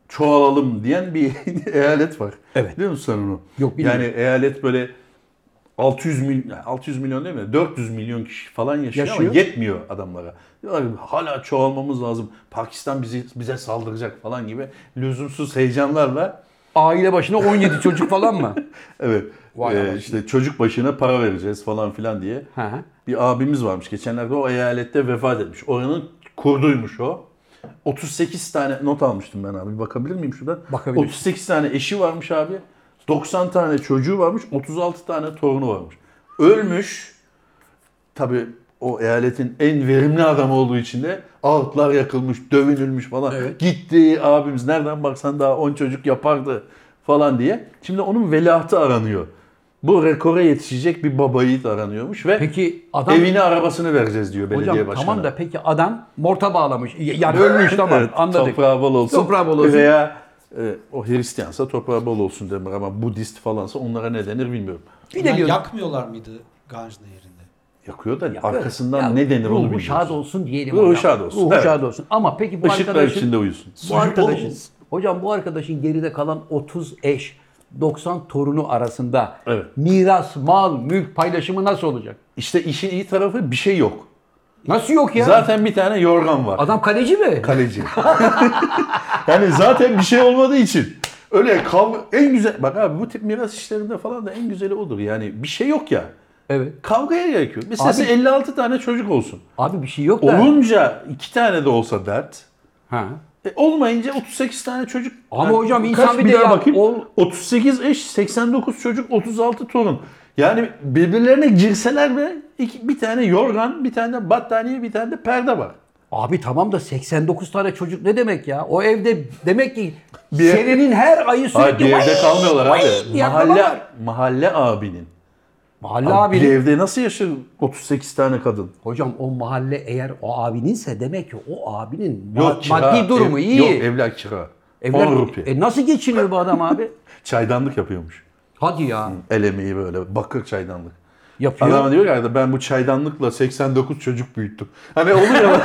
çoğalalım diyen bir eyalet var. Evet. Biliyor musun sen onu? Yok, bilmiyorum. Yani eyalet böyle altı yüz milyon, altı yüz milyon değil mi? dört yüz milyon kişi falan yaşıyor, Yaşıyor. ama yetmiyor adamlara. Diyorlar ki hala çoğalmamız lazım. Pakistan bizi bize saldıracak falan gibi lüzumsuz heyecanlarla Aile başına on yedi çocuk falan mı? evet Vay e, anasını. işte çocuk başına para vereceğiz falan filan diye. Hı hı. Bir abimiz varmış. Geçenlerde o eyalette vefat etmiş. Oranın kurduymuş o. otuz sekiz tane not almıştım ben abi. Bir bakabilir miyim şuradan? Bakabilirsin. otuz sekiz tane eşi varmış abi. doksan tane çocuğu varmış. otuz altı tane torunu varmış. Ölmüş. Tabii o eyaletin en verimli adamı olduğu için de ağıtlar yakılmış, dövünülmüş falan. Evet. Gitti abimiz nereden baksan daha on çocuk yapardı falan diye. Şimdi onun veliahtı aranıyor. Bu rekora yetişecek bir baba yiğit aranıyormuş ve Peki adam... evini arabasını vereceğiz diyor belediye Hocam başkanı. tamam da peki adam morta bağlamış. Yani ölmüş tamam Evet, anladık. toprağı bol olsun. Toprağı bol olsun. Veya e, o Hristiyansa toprağı bol olsun demek ama Budist falansa onlara ne denir bilmiyorum. Bir de Yani diyor- yakmıyorlar mıydı Ganj Nehri'nde? Yakıyor da Ya arkasından ya ne denir onu ruhu bilmiyoruz. şad olsun diyelim. Ruhu hocam. şad olsun, Ruhu evet. şad olsun. Ama peki bu Işıklar arkadaşın... içinde uyusun. Bu Suyu bol arkadaşın... olsun. Hocam bu arkadaşın geride kalan otuz eş, doksan torunu arasında Evet. miras, mal, mülk paylaşımı nasıl olacak? İşte işin iyi tarafı bir şey yok. Nasıl yok ya? Zaten bir tane yorgan var. Adam kaleci mi? Kaleci. Yani zaten bir şey olmadığı için. Öyle kavga en güzel bak abi bu tip miras işlerinde falan da en güzeli odur. Yani bir şey yok ya. Evet. Kavgaya gerek yok. Mesela Abi- elli altı tane çocuk olsun. Abi bir şey yok da. Olunca iki tane de olsa dert. Ha. E, olmayınca otuz sekiz tane çocuk. Ama Yani hocam kaç insan bir de daha ya, bakayım. ol- otuz sekiz eş, seksen dokuz çocuk, otuz altı torun. Yani birbirlerine girseler be iki, bir tane yorgan, bir tane de battaniye, bir tane de perde var. Abi tamam da seksen dokuz tane çocuk ne demek ya? O evde demek ki Bir- senenin her ayı Hayır sürekli bir evde vay, kalmıyorlar vay abi. diye Mahalle, var. mahalle abinin. Mahalle Abi, bir abinin. evde nasıl yaşar otuz sekiz tane kadın? Hocam o mahalle eğer o abininse demek ki o abinin ma- Yok kira, maddi durumu ev- iyi. Yok evler kira. Evler- on rupi. E nasıl geçiniyor bu adam abi? Çaydanlık yapıyormuş. Hadi ya. El emeği böyle bakır çaydanlık. Yapıyor. Adam diyor ya ben bu çaydanlıkla seksen dokuz çocuk büyüttüm. Hani olur ya.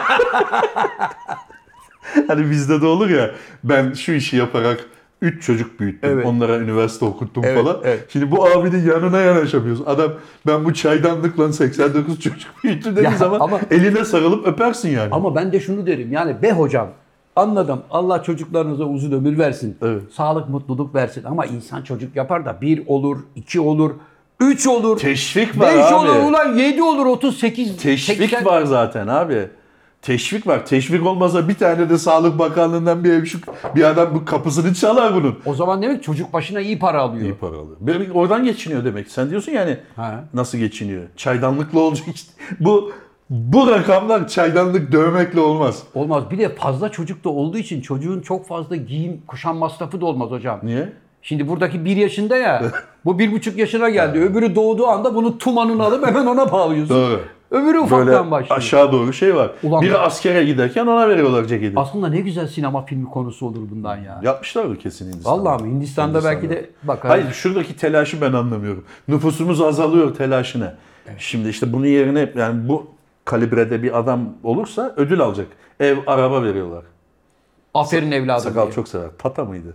Hani bizde de olur ya ben şu işi yaparak üç çocuk büyüttüm. Evet. Onlara üniversite okuttum Evet, falan. evet. Şimdi bu abinin yanına yanaşamıyorsun. Adam ben bu çaydanlıkla seksen dokuz çocuk büyüttüm dediği Ya, zaman ama- eline sarılıp öpersin yani. Ama ben de şunu derim yani be hocam anladım Allah çocuklarınıza uzun ömür versin. Evet. Sağlık mutluluk versin ama insan çocuk yapar da bir olur, iki olur, üç olur, Teşvik var beş abi. olur, ulan yedi olur, otuz sekiz. Teşvik seksen var zaten abi. Teşvik var. Teşvik olmasa bir tane de Sağlık Bakanlığı'ndan bir hemşire, bir adam bu kapısını çalar bunun. O zaman demek çocuk başına iyi para alıyor. İyi para alıyor. Böyle oradan geçiniyor demek. Sen diyorsun yani Ha. nasıl geçiniyor? Çaydanlıkla olacak işte. Bu bu rakamlar çaydanlık dövmekle olmaz. Olmaz. Bir de fazla çocuk da olduğu için çocuğun çok fazla giyim kuşam masrafı da olmaz hocam. Niye? Şimdi buradaki bir yaşında ya, bu bir buçuk yaşına geldi. Öbürü doğduğu anda bunun tumanını alıp hemen ona bağlıyorsun. Doğru. Öbürü ufaktan Böyle başlıyor. aşağı doğru şey var. Ulan Biri be- askere giderken ona veriyorlar ceketi. Aslında ne güzel sinema filmi konusu olur bundan ya. Yapmışlardır kesin Hindistan'da. Vallahi mi? Hindistan'da belki de bak. Hayır şuradaki telaşı ben anlamıyorum. Nüfusumuz azalıyor telaşına. Şimdi işte bunun yerine yani bu kalibrede bir adam olursa ödül alacak. Ev, araba veriyorlar. Aferin evladım. Sakal diye. çok sever. Tata mıydı?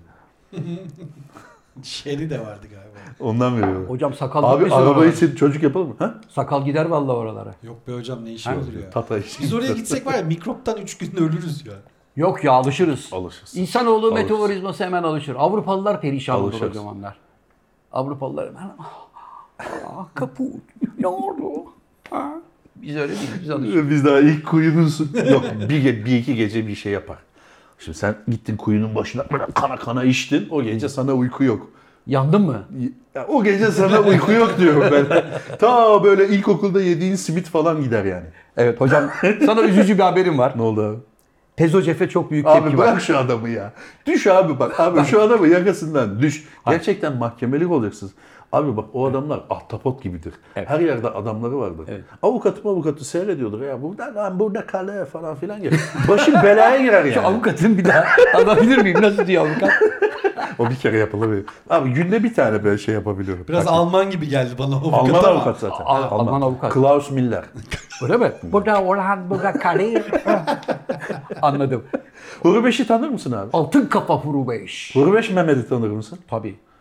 Şeri de vardı galiba. Ondan veriyorlar. Hocam sakal Abi gitmesin araba oralara. için çocuk yapalım mı? Ha? Sakal gider vallahi oralara. Yok be hocam ne işi Ha? olur ya. Tata için. Biz oraya gitsek var ya mikroptan üç günde ölürüz ya. Yok ya alışırız. Alışırız. İnsanoğlu Alışırız. metabolizması hemen alışır. Avrupalılar perişan olur o Alışırız. zamanlar. Avrupalılar hemen ah, kaput. Ne oldu? Ha? Biz öyle değiliz. Biz alışırız. Biz daha ilk kuyunun su- yok bir, ge- bir iki gece bir şey yapar. Şimdi sen gittin kuyunun başına böyle kana kana içtin. O gece sana uyku yok. Yandın mı? Ya, o gece sana uyku yok diyorum ben. Ta böyle ilkokulda yediğin simit falan gider yani. Evet hocam sana üzücü bir haberim var. Ne oldu abi? Pezocefe çok büyük Abi tepki bırak var. şu adamı ya. Düş abi bak. Abi şu adamı yakasından düş. Gerçekten mahkemelik olacaksınız. Abi bak o adamlar ahtapot gibidir. Evet. Her yerde adamları vardır. Evet. Avukatım avukatı seyrediyordur ya. Burada lan burada kale falan filan gibi. Başın belaya girer Şu yani. avukatın bir daha alabilir miyim? Nasıl diyor avukat? O bir kere yapılabilir. Abi günde bir tane böyle şey yapabiliyorum. Biraz Bak, Alman gibi geldi bana o avukat Alman ama. avukat zaten. Al- Alman avukat. Klaus Miller. Öyle mi? Burada Orhan, burada Kadir. Anladım. Hurbeş'i tanır mısın abi? Altın kafa Furubeş. Hurbeş Mehmet'i tanır mısın? Tabii.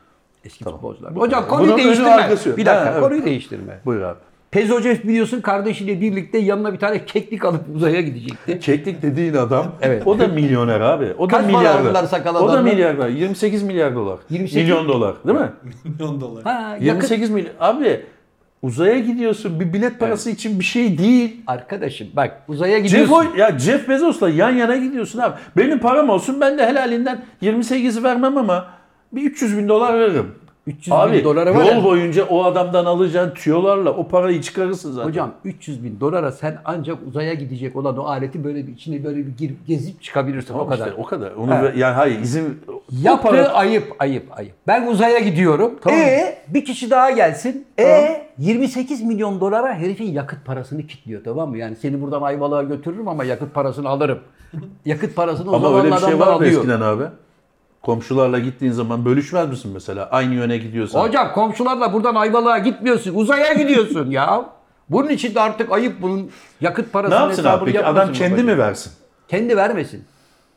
Eski Tamam. futbolcular. Hocam konuyu Bunun önü değiştirme. arkası yok. Bir dakika Ha, evet. konuyu değiştirme. Buyur abi. Pezocev biliyorsun kardeşiyle birlikte yanına bir tane keklik alıp uzaya gidecekti. Keklik dediğin adam Evet. o da milyoner abi. O da Kaç para milyarder. aldılar sakal O da adamdan? milyarder. yirmi sekiz milyar dolar. yirmi sekiz Milyon dolar değil mi? Milyon dolar. Ha, yakın. yirmi sekiz milyon. Abi uzaya gidiyorsun. Bir bilet parası için bir şey değil. Arkadaşım bak uzaya Jeff, gidiyorsun. O- ya Jeff Bezos'la yan yana gidiyorsun abi. Benim param olsun ben de helalinden yirmi sekizi vermem ama bir üç yüz bin dolar veririm. üç yüz Abi bin dolara var yol ya. boyunca o adamdan alacağın tüyolarla o parayı çıkarırsın zaten. Hocam üç yüz bin dolara sen ancak uzaya gidecek olan o aleti böyle bir içine böyle bir girip gezip çıkabilirsin Tamam o kadar. işte, o kadar. Onu Ha. ver- yani hayır izin o Yaptığı para- ayıp ayıp ayıp. Ben uzaya gidiyorum. Tamam. E bir kişi daha gelsin. E yirmi sekiz milyon dolara herifin yakıt parasını kilitliyor tamam mı? Yani seni buradan Ayvalık'a götürürüm ama yakıt parasını alırım. Yakıt parasını o Ama zaman öyle bir şey adamlar var mı alıyor. eskiden abi? Komşularla gittiğin zaman bölüşmez misin mesela? Aynı yöne gidiyorsan. Hocam komşularla buradan Ayvalık'a gitmiyorsun. Uzaya gidiyorsun ya. Bunun için de artık ayıp bunun yakıt Ne parasının yapsın abi hesabını peki? yapmasın Adam kendi babacığım. mi versin? Kendi vermesin.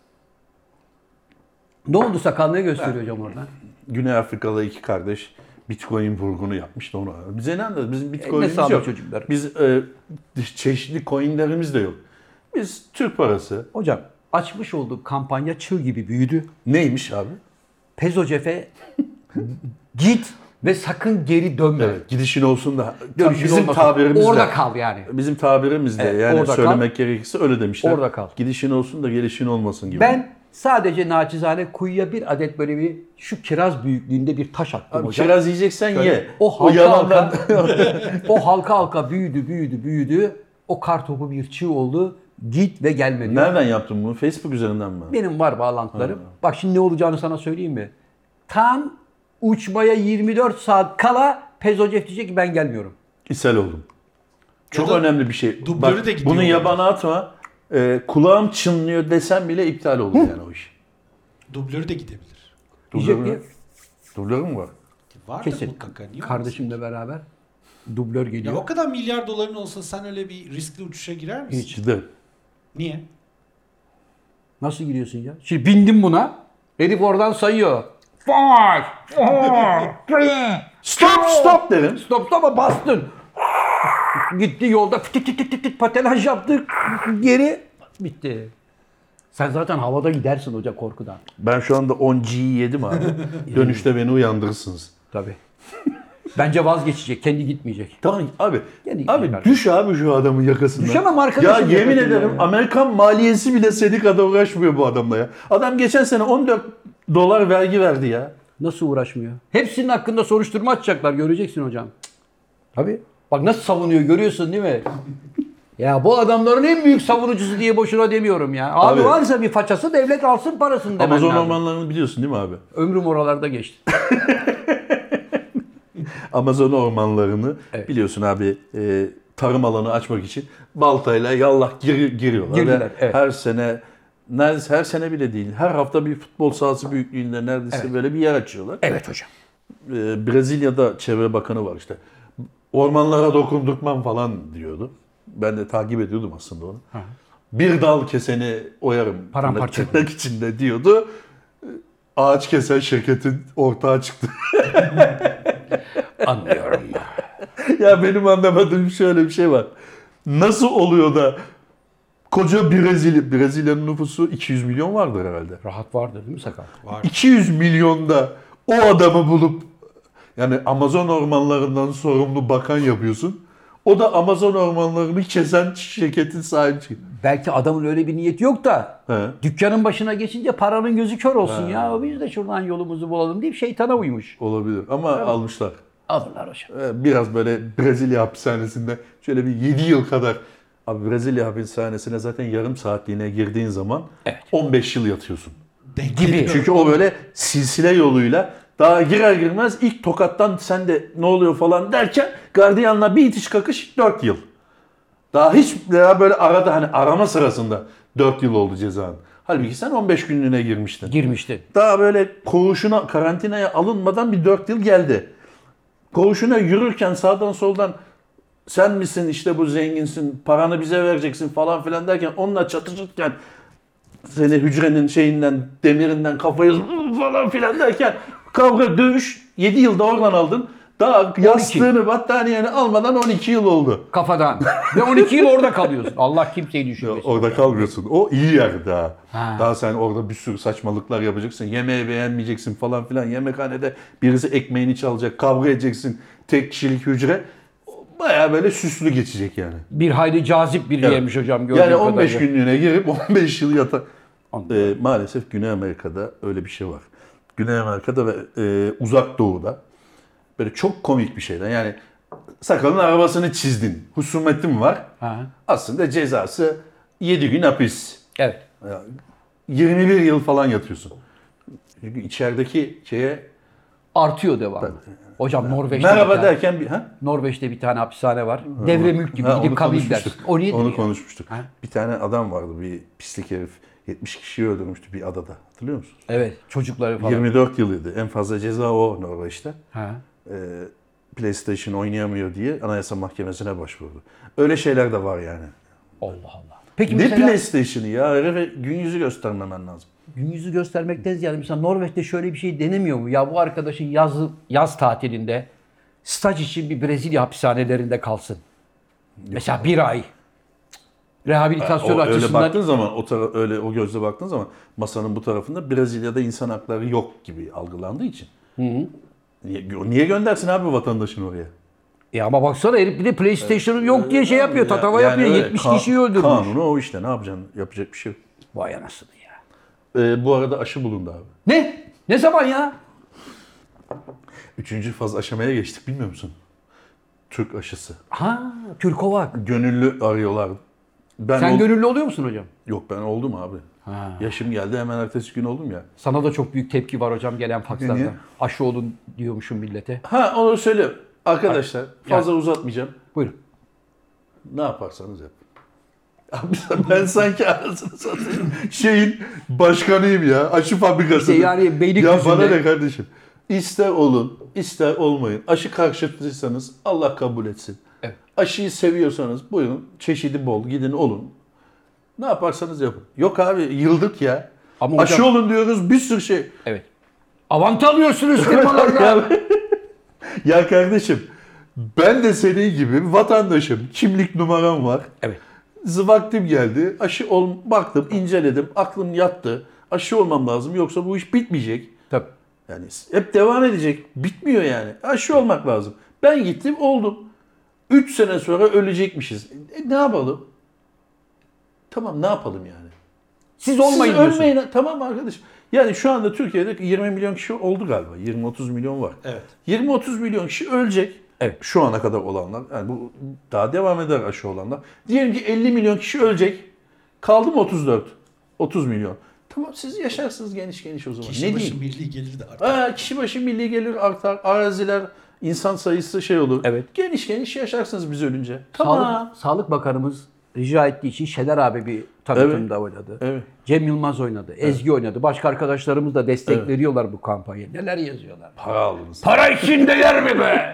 Ne oldu sakal ne gösteriyor hocam orada? Güney Afrikalı iki kardeş Bitcoin vurgunu yapmıştı onu. Bize ne anladı? Bizim ne Bitcoin'imiz sağlık yok. çocuklar. Biz e, çeşitli coinlerimiz de yok. Biz Türk parası. Hocam açmış olduğu kampanya çığ gibi büyüdü. Neymiş abi? Pezocef'e git ve sakın geri dönme. Evet, gidişin olsun da Dönüşün bizim olmasın. tabirimizle. Orada kal yani. Bizim tabirimizle Evet, yani orada söylemek gerekirse öyle demişler. Orada kal. Gidişin olsun da gelişin olmasın gibi. Ben sadece naçizane kuyuya bir adet böyle bir şu kiraz büyüklüğünde bir taş attım Abi, hocam. kiraz yiyeceksen Şöyle ye. O halka yalandan halka, o halka halka büyüdü büyüdü büyüdü. O kar topu bir çığ oldu. Git ve gelme diyor. Nereden yaptın bunu? Facebook üzerinden mi? Benim var bağlantılarım. Bak şimdi ne olacağını sana söyleyeyim mi? Tam uçmaya yirmi dört saat kala Pezocev diyecek ki ben gelmiyorum. İshal oldum. Çok da önemli bir şey. dublörü de gidiyor bunu orada. yabana atma. Ee, kulağım çınlıyor desem bile iptal olur yani o iş. Dublörü de gidebilir. Diyecek Dublörü ki Dublörü mü var? Var da kesin mutlaka. Niye kardeşimle beraber dublör olmasın? geliyor. Ya o kadar milyar doların olsa sen öyle bir riskli uçuşa girer misin? Hiç. Giderim. Niye? Nasıl giriyorsun ya? Şimdi bindim buna. Herif oradan sayıyor. Five, four, three, Stop stop derim. Stop stop'a bastın. Gitti yolda tık tık tık tık tık patenaj yaptık. Geri bitti. Sen zaten havada gidersin hoca korkudan. Ben şu anda on G'yi yedim abi. Dönüşte beni uyandırırsınız. Tabii. Bence vazgeçecek. Kendi gitmeyecek. Tamam abi. Gene Abi gitmek düş abi şu adamın yakasından. Düşemem arkadaşım Ya yemin yakasından ederim ya. Amerikan maliyesi bile senin kadar uğraşmıyor bu adamla ya. Adam geçen sene on dört dolar vergi verdi ya. Nasıl uğraşmıyor? Hepsinin hakkında soruşturma açacaklar. Göreceksin hocam. Tabii. Bak nasıl savunuyor görüyorsun değil mi? Ya bu adamların en büyük savunucusu diye boşuna demiyorum ya. Abi, Abi. varsa bir façası devlet alsın parasını demen Amazon lazım. ormanlarını biliyorsun değil mi abi? Ömrüm oralarda geçti. Amazon ormanlarını Evet. biliyorsun abi e, tarım alanı açmak için baltayla yallah gir, giriyorlar. Girdiler, Ve evet. her sene neredeyse her sene bile değil. Her hafta bir futbol sahası büyüklüğünde neredeyse Evet. böyle bir yer açıyorlar. Evet hocam. E, Brezilya'da çevre bakanı var işte. Ormanlara dokundurtmam falan diyordu. Ben de takip ediyordum aslında onu. Hı. Bir dal keseni oyarım. Paramparça tırnak içinde diyordu. Ağaç kesen şirketin ortağı çıktı. Anlıyorum. Ya benim anlamadığım şöyle bir şey var. Nasıl oluyor da koca Brezilya, Brezilya'nın nüfusu iki yüz milyon vardır herhalde. Rahat vardır değil mi sakal? Var. iki yüz milyonda o adamı bulup yani Amazon ormanlarından sorumlu bakan yapıyorsun. O da Amazon ormanlarını kesen şirketin sahibi. Belki adamın öyle bir niyeti yok da He. dükkanın başına geçince paranın gözü kör olsun ya. Biz de şuradan yolumuzu bulalım deyip şeytana uymuş. Olabilir ama almışlar. Alırlar hocam. Ee, Biraz böyle Brezilya hapishanesinde şöyle bir yedi yıl kadar. Abi Brezilya hapishanesine zaten yarım saatliğine girdiğin zaman Evet. on beş yıl yatıyorsun. Denk Gibi. geliyor. Çünkü o böyle silsile yoluyla daha girer girmez ilk tokattan sen de ne oluyor falan derken gardiyanla bir itiş kakış dört yıl. Daha hiç daha böyle arada hani arama sırasında dört yıl oldu cezan. Halbuki sen on beş günlüğüne girmiştin. Girmişti. Daha böyle koğuşuna, karantinaya alınmadan bir dört yıl geldi. Koğuşuna yürürken sağdan soldan sen misin işte bu zenginsin, paranı bize vereceksin falan filan derken onunla çatışırken seni hücrenin şeyinden, demirinden kafayı falan filan derken kavga, dövüş yedi yılda oradan aldın. Daha yastığını, battaniyeni almadan on iki yıl oldu. Kafadan. Ve on iki yıl orada kalıyorsun. Allah kimseyi düşürmesin. Orada kalmıyorsun. O iyi yer daha. Ha. Daha sen orada bir sürü saçmalıklar yapacaksın. Yemeği beğenmeyeceksin falan filan. Yemekhanede birisi ekmeğini çalacak. Kavga edeceksin. Tek kişilik hücre. Bayağı böyle süslü geçecek yani. Bir hayli cazip bir Evet. yermiş hocam. gördüğüm Yani on beş kadarıyla. günlüğüne girip on beş yıl yatar. Anladım. Ee, maalesef Güney Amerika'da öyle bir şey var. Güney Amerika'da ve e, Uzak Doğu'da böyle çok komik bir şeyden. Yani sakalın arabasını çizdin. Husumetin var. Ha. Aslında cezası yedi gün hapis. Evet. Ya, yirmi bir yıl falan yatıyorsun. Çünkü içerideki şeye Artıyor devamlı. Hocam Norveç'te merhaba bir tane, derken bir ha? Norveç'te bir tane hapishane var. Devre mülk gibi Ha, gidip onu kabil der. konuşmuştuk. O nedir Onu ya? konuşmuştuk. Ha? Bir tane adam vardı, bir pislik herif. yetmiş kişiyi öldürmüştü bir adada. Hatırlıyor musunuz? Evet. Çocukları falan. yirmi dört yılıydı. En fazla ceza o Norveç'te. Ha. Ee, PlayStation oynayamıyor diye Anayasa Mahkemesi'ne başvurdu. Öyle şeyler de var yani. Allah Allah. Peki Ne mesela PlayStation'ı ya? Herife gün yüzü göstermemen lazım. gün yüzü göstermekten ziyade mesela Norveç'te şöyle bir şey denemiyor mu? Ya bu arkadaşın yaz yaz tatilinde staj için bir Brezilya hapishanelerinde kalsın. Mesela bir ay. Rehabilitasyon O, öyle açısından baktığın zaman, o tara- öyle o gözle baktığın zaman masanın bu tarafında Brezilya'da insan hakları yok gibi algılandığı için. Niye, niye göndersin abi vatandaşını oraya? E ama baksana herif bir de PlayStation'ın yok diye şey yapıyor, Ya- tatava yani yapıyor. öyle. yetmiş Ka- kişiyi öldürmüş. Kanunu o işte, ne yapacaksın? Yapacak bir şey yok. Vay anasını ya. Ee, bu arada aşı bulundu abi. Ne? Ne zaman ya? Üçüncü faz aşamaya geçtik, bilmiyor musun? Türk aşısı. Ha, Türkovak. Gönüllü arıyorlar. Ben Sen ol- gönüllü oluyor musun hocam? Yok, ben oldum abi. Ha. Yaşım geldi, hemen ertesi gün oldum ya. Sana da çok büyük tepki var hocam gelen Niye? fakslardan. Aşı olun diyormuşum millete. Ha, onu söyle. Arkadaşlar fazla uzatmayacağım. Buyurun. Ne yaparsanız yapın. Abi ben sanki anasını satayım şeyin başkanıyım ya. Aşı fabrikası. İşte yani Beylikdüzü'nde- Ya bana ne kardeşim. İster olun, ister olmayın. Aşı karşıtıysanız Allah kabul etsin. Evet. Aşıyı seviyorsanız buyurun, çeşidi bol, gidin olun. Ne yaparsanız yapın. Yok abi, yıldık ya. Ama Aşı hocam- olun diyoruz, bir sürü şey. Evet. Avanta alıyorsunuz firmalardan. ya, ya kardeşim, ben de senin gibi vatandaşım. Kimlik numaram var. Evet. Vaktim geldi. Aşı ol, baktım, inceledim. Aklım yattı. Aşı olmam lazım. Yoksa bu iş bitmeyecek. Tabii. Yani hep devam edecek. Bitmiyor yani. Aşı olmak lazım. Ben gittim, oldum. üç sene sonra ölecekmişiz. E, ne yapalım? Tamam, ne yapalım yani? Siz olmayın Siz diyorsun. ölmeyin. Tamam arkadaşım. Yani şu anda Türkiye'de yirmi milyon kişi oldu galiba. yirmi otuz milyon var. Evet. yirmi otuz milyon kişi ölecek. Evet. Şu ana kadar olanlar. Yani bu daha devam eder aşı olanlar. Diyelim ki elli milyon kişi ölecek. Kaldı mı otuz dört? otuz milyon. Tamam, siz yaşarsınız geniş geniş o zaman. Kişi ne başı diyeyim? milli gelir de artar. Ha, kişi başı milli gelir artar. Araziler, insan sayısı şey olur. Evet. Geniş geniş yaşarsınız biz ölünce. Tamam. Sağlık, Sağlık Bakanımız rica ettiği için Şener abi bir tanıtımda oynadı. Evet. Cem Yılmaz oynadı. Ezgi oynadı. Başka arkadaşlarımız da destek veriyorlar bu kampanya. Neler yazıyorlar. Para aldınız. Para için değer mi be?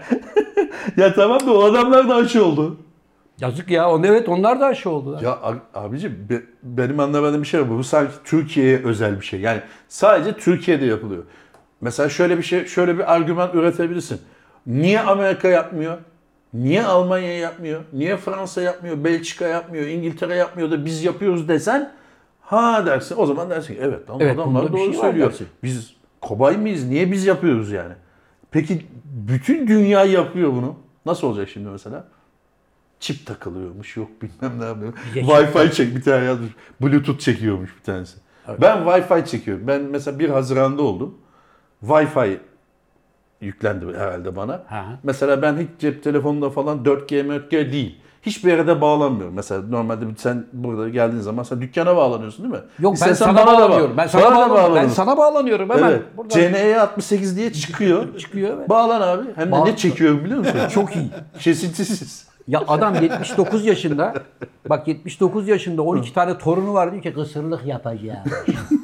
Ya tamam da o adamlar da aşı oldu. Yazık ya. On, evet onlar da aşı oldular. Ya ab- abicim be- benim anlamadığım bir şey var. Bu sanki Türkiye'ye özel bir şey. Yani sadece Türkiye'de yapılıyor. Mesela şöyle bir şey, şöyle bir argüman üretebilirsin. Niye Amerika yapmıyor? Niye Almanya yapmıyor? Niye Fransa yapmıyor? Belçika yapmıyor? İngiltere yapmıyor da biz yapıyoruz desen, ha dersin. O zaman dersin ki evet, tamam, Evet, adamlar bunda bir doğru şey var söylüyor. dersin. Biz kobay mıyız? Niye biz yapıyoruz yani? Peki bütün dünya yapıyor bunu. Nasıl olacak şimdi mesela? Çip takılıyormuş, yok bilmem ne yapıyor. Bize çip Wi-Fi çek, bir tane yazmış. Bluetooth çekiyormuş bir tanesi. Ben Wi-Fi çekiyorum. Ben mesela bir Haziran'da oldum. Wi-Fi yüklendi herhalde bana. Ha. Mesela ben hiç cep telefonunda falan dört G, dört G değil. Hiçbir yere de bağlanmıyorum. Mesela normalde sen burada geldiğin zaman sen dükkana bağlanıyorsun değil mi? Yok ben İstersen sana bana da bağlanıyorum. bağ- Ben sana bana da bağlanıyorum. Ben bağlanırsın. sana bağlanıyorum hemen. Evet. Buradan- C N E altmış sekiz diye çıkıyor. Çıkıyor, evet. Bağlan abi. Hem de Bağlan. ne çekiyorum biliyor musun? Çok iyi. Kesintisiz. Ya adam yetmiş dokuz yaşında. Bak yetmiş dokuz yaşında on iki tane torunu var diyor ki kısırlık yapacağım.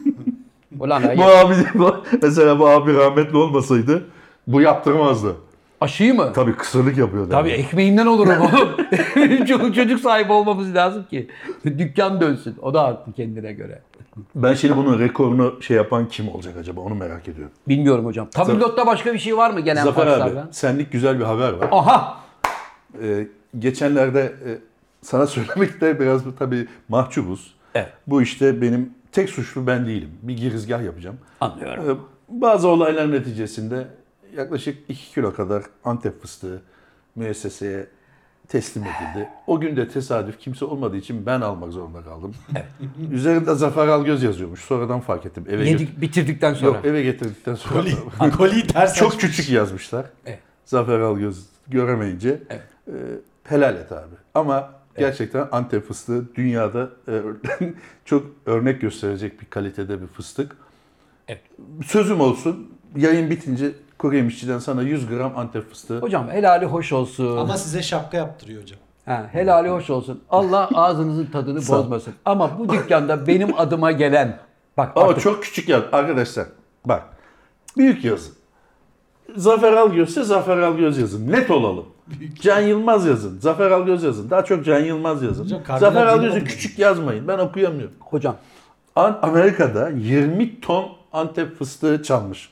Ulan Bu ya. abi bu, mesela bu abi rahmetli olmasaydı bu yaptırmazdı. Aşıyı mı? Tabii kısırlık yapıyor. Tabii ekmeğimden olurum oğlum. Çoluk çocuk sahibi olmamız lazım ki. Dükkan dönsün. O da haklı kendine göre. Ben şimdi bunun rekorunu şey yapan kim olacak acaba onu merak ediyorum. Bilmiyorum hocam. Tablotta başka bir şey var mı gelen Zafer abi fakslardan? senlik güzel bir haber var. Aha! Ee, geçenlerde e, sana söylemekte biraz tabii mahcubuz. Evet. Bu işte benim tek suçlu ben değilim. Bir girizgah yapacağım. Anlıyorum. Ee, bazı olaylar neticesinde yaklaşık iki kilo kadar Antep fıstığı müesseseye teslim edildi. O gün de tesadüf kimse olmadığı için ben almak zorunda kaldım. Evet. Üzerinde Zafer Algöz yazıyormuş. Sonradan fark ettim. Eve gö- Yedik, bitirdikten sonra. Yok eve getirdikten sonra. Koli, koliyi ters Çok açmış. küçük yazmışlar. Evet. Zafer Algöz göremeyince Evet. e, helal et abi. Ama gerçekten Antep fıstığı dünyada e, çok örnek gösterecek bir kalitede bir fıstık. Evet. Sözüm olsun yayın bitince kuru yemişçiden sana yüz gram Antep fıstığı. Hocam helali hoş olsun. Ama size şapka yaptırıyor hocam. Ha, helali hoş olsun. Allah ağzınızın tadını Sağ ol. bozmasın. Ama bu dükkanda benim adıma gelen bak Ama artık çok küçük yaz. Arkadaşlar bak büyük yazın. Zafer Algöz'se Zafer Algöz yazın. Net olalım. Can Yılmaz yazın. Zafer Algöz yazın. Daha çok Can Yılmaz yazın. Hocam, Kardinal Zafer benim Algöz'ü adım küçük yazmayın. Ben okuyamıyorum. hocam An- Amerika'da yirmi ton Antep fıstığı çalmış.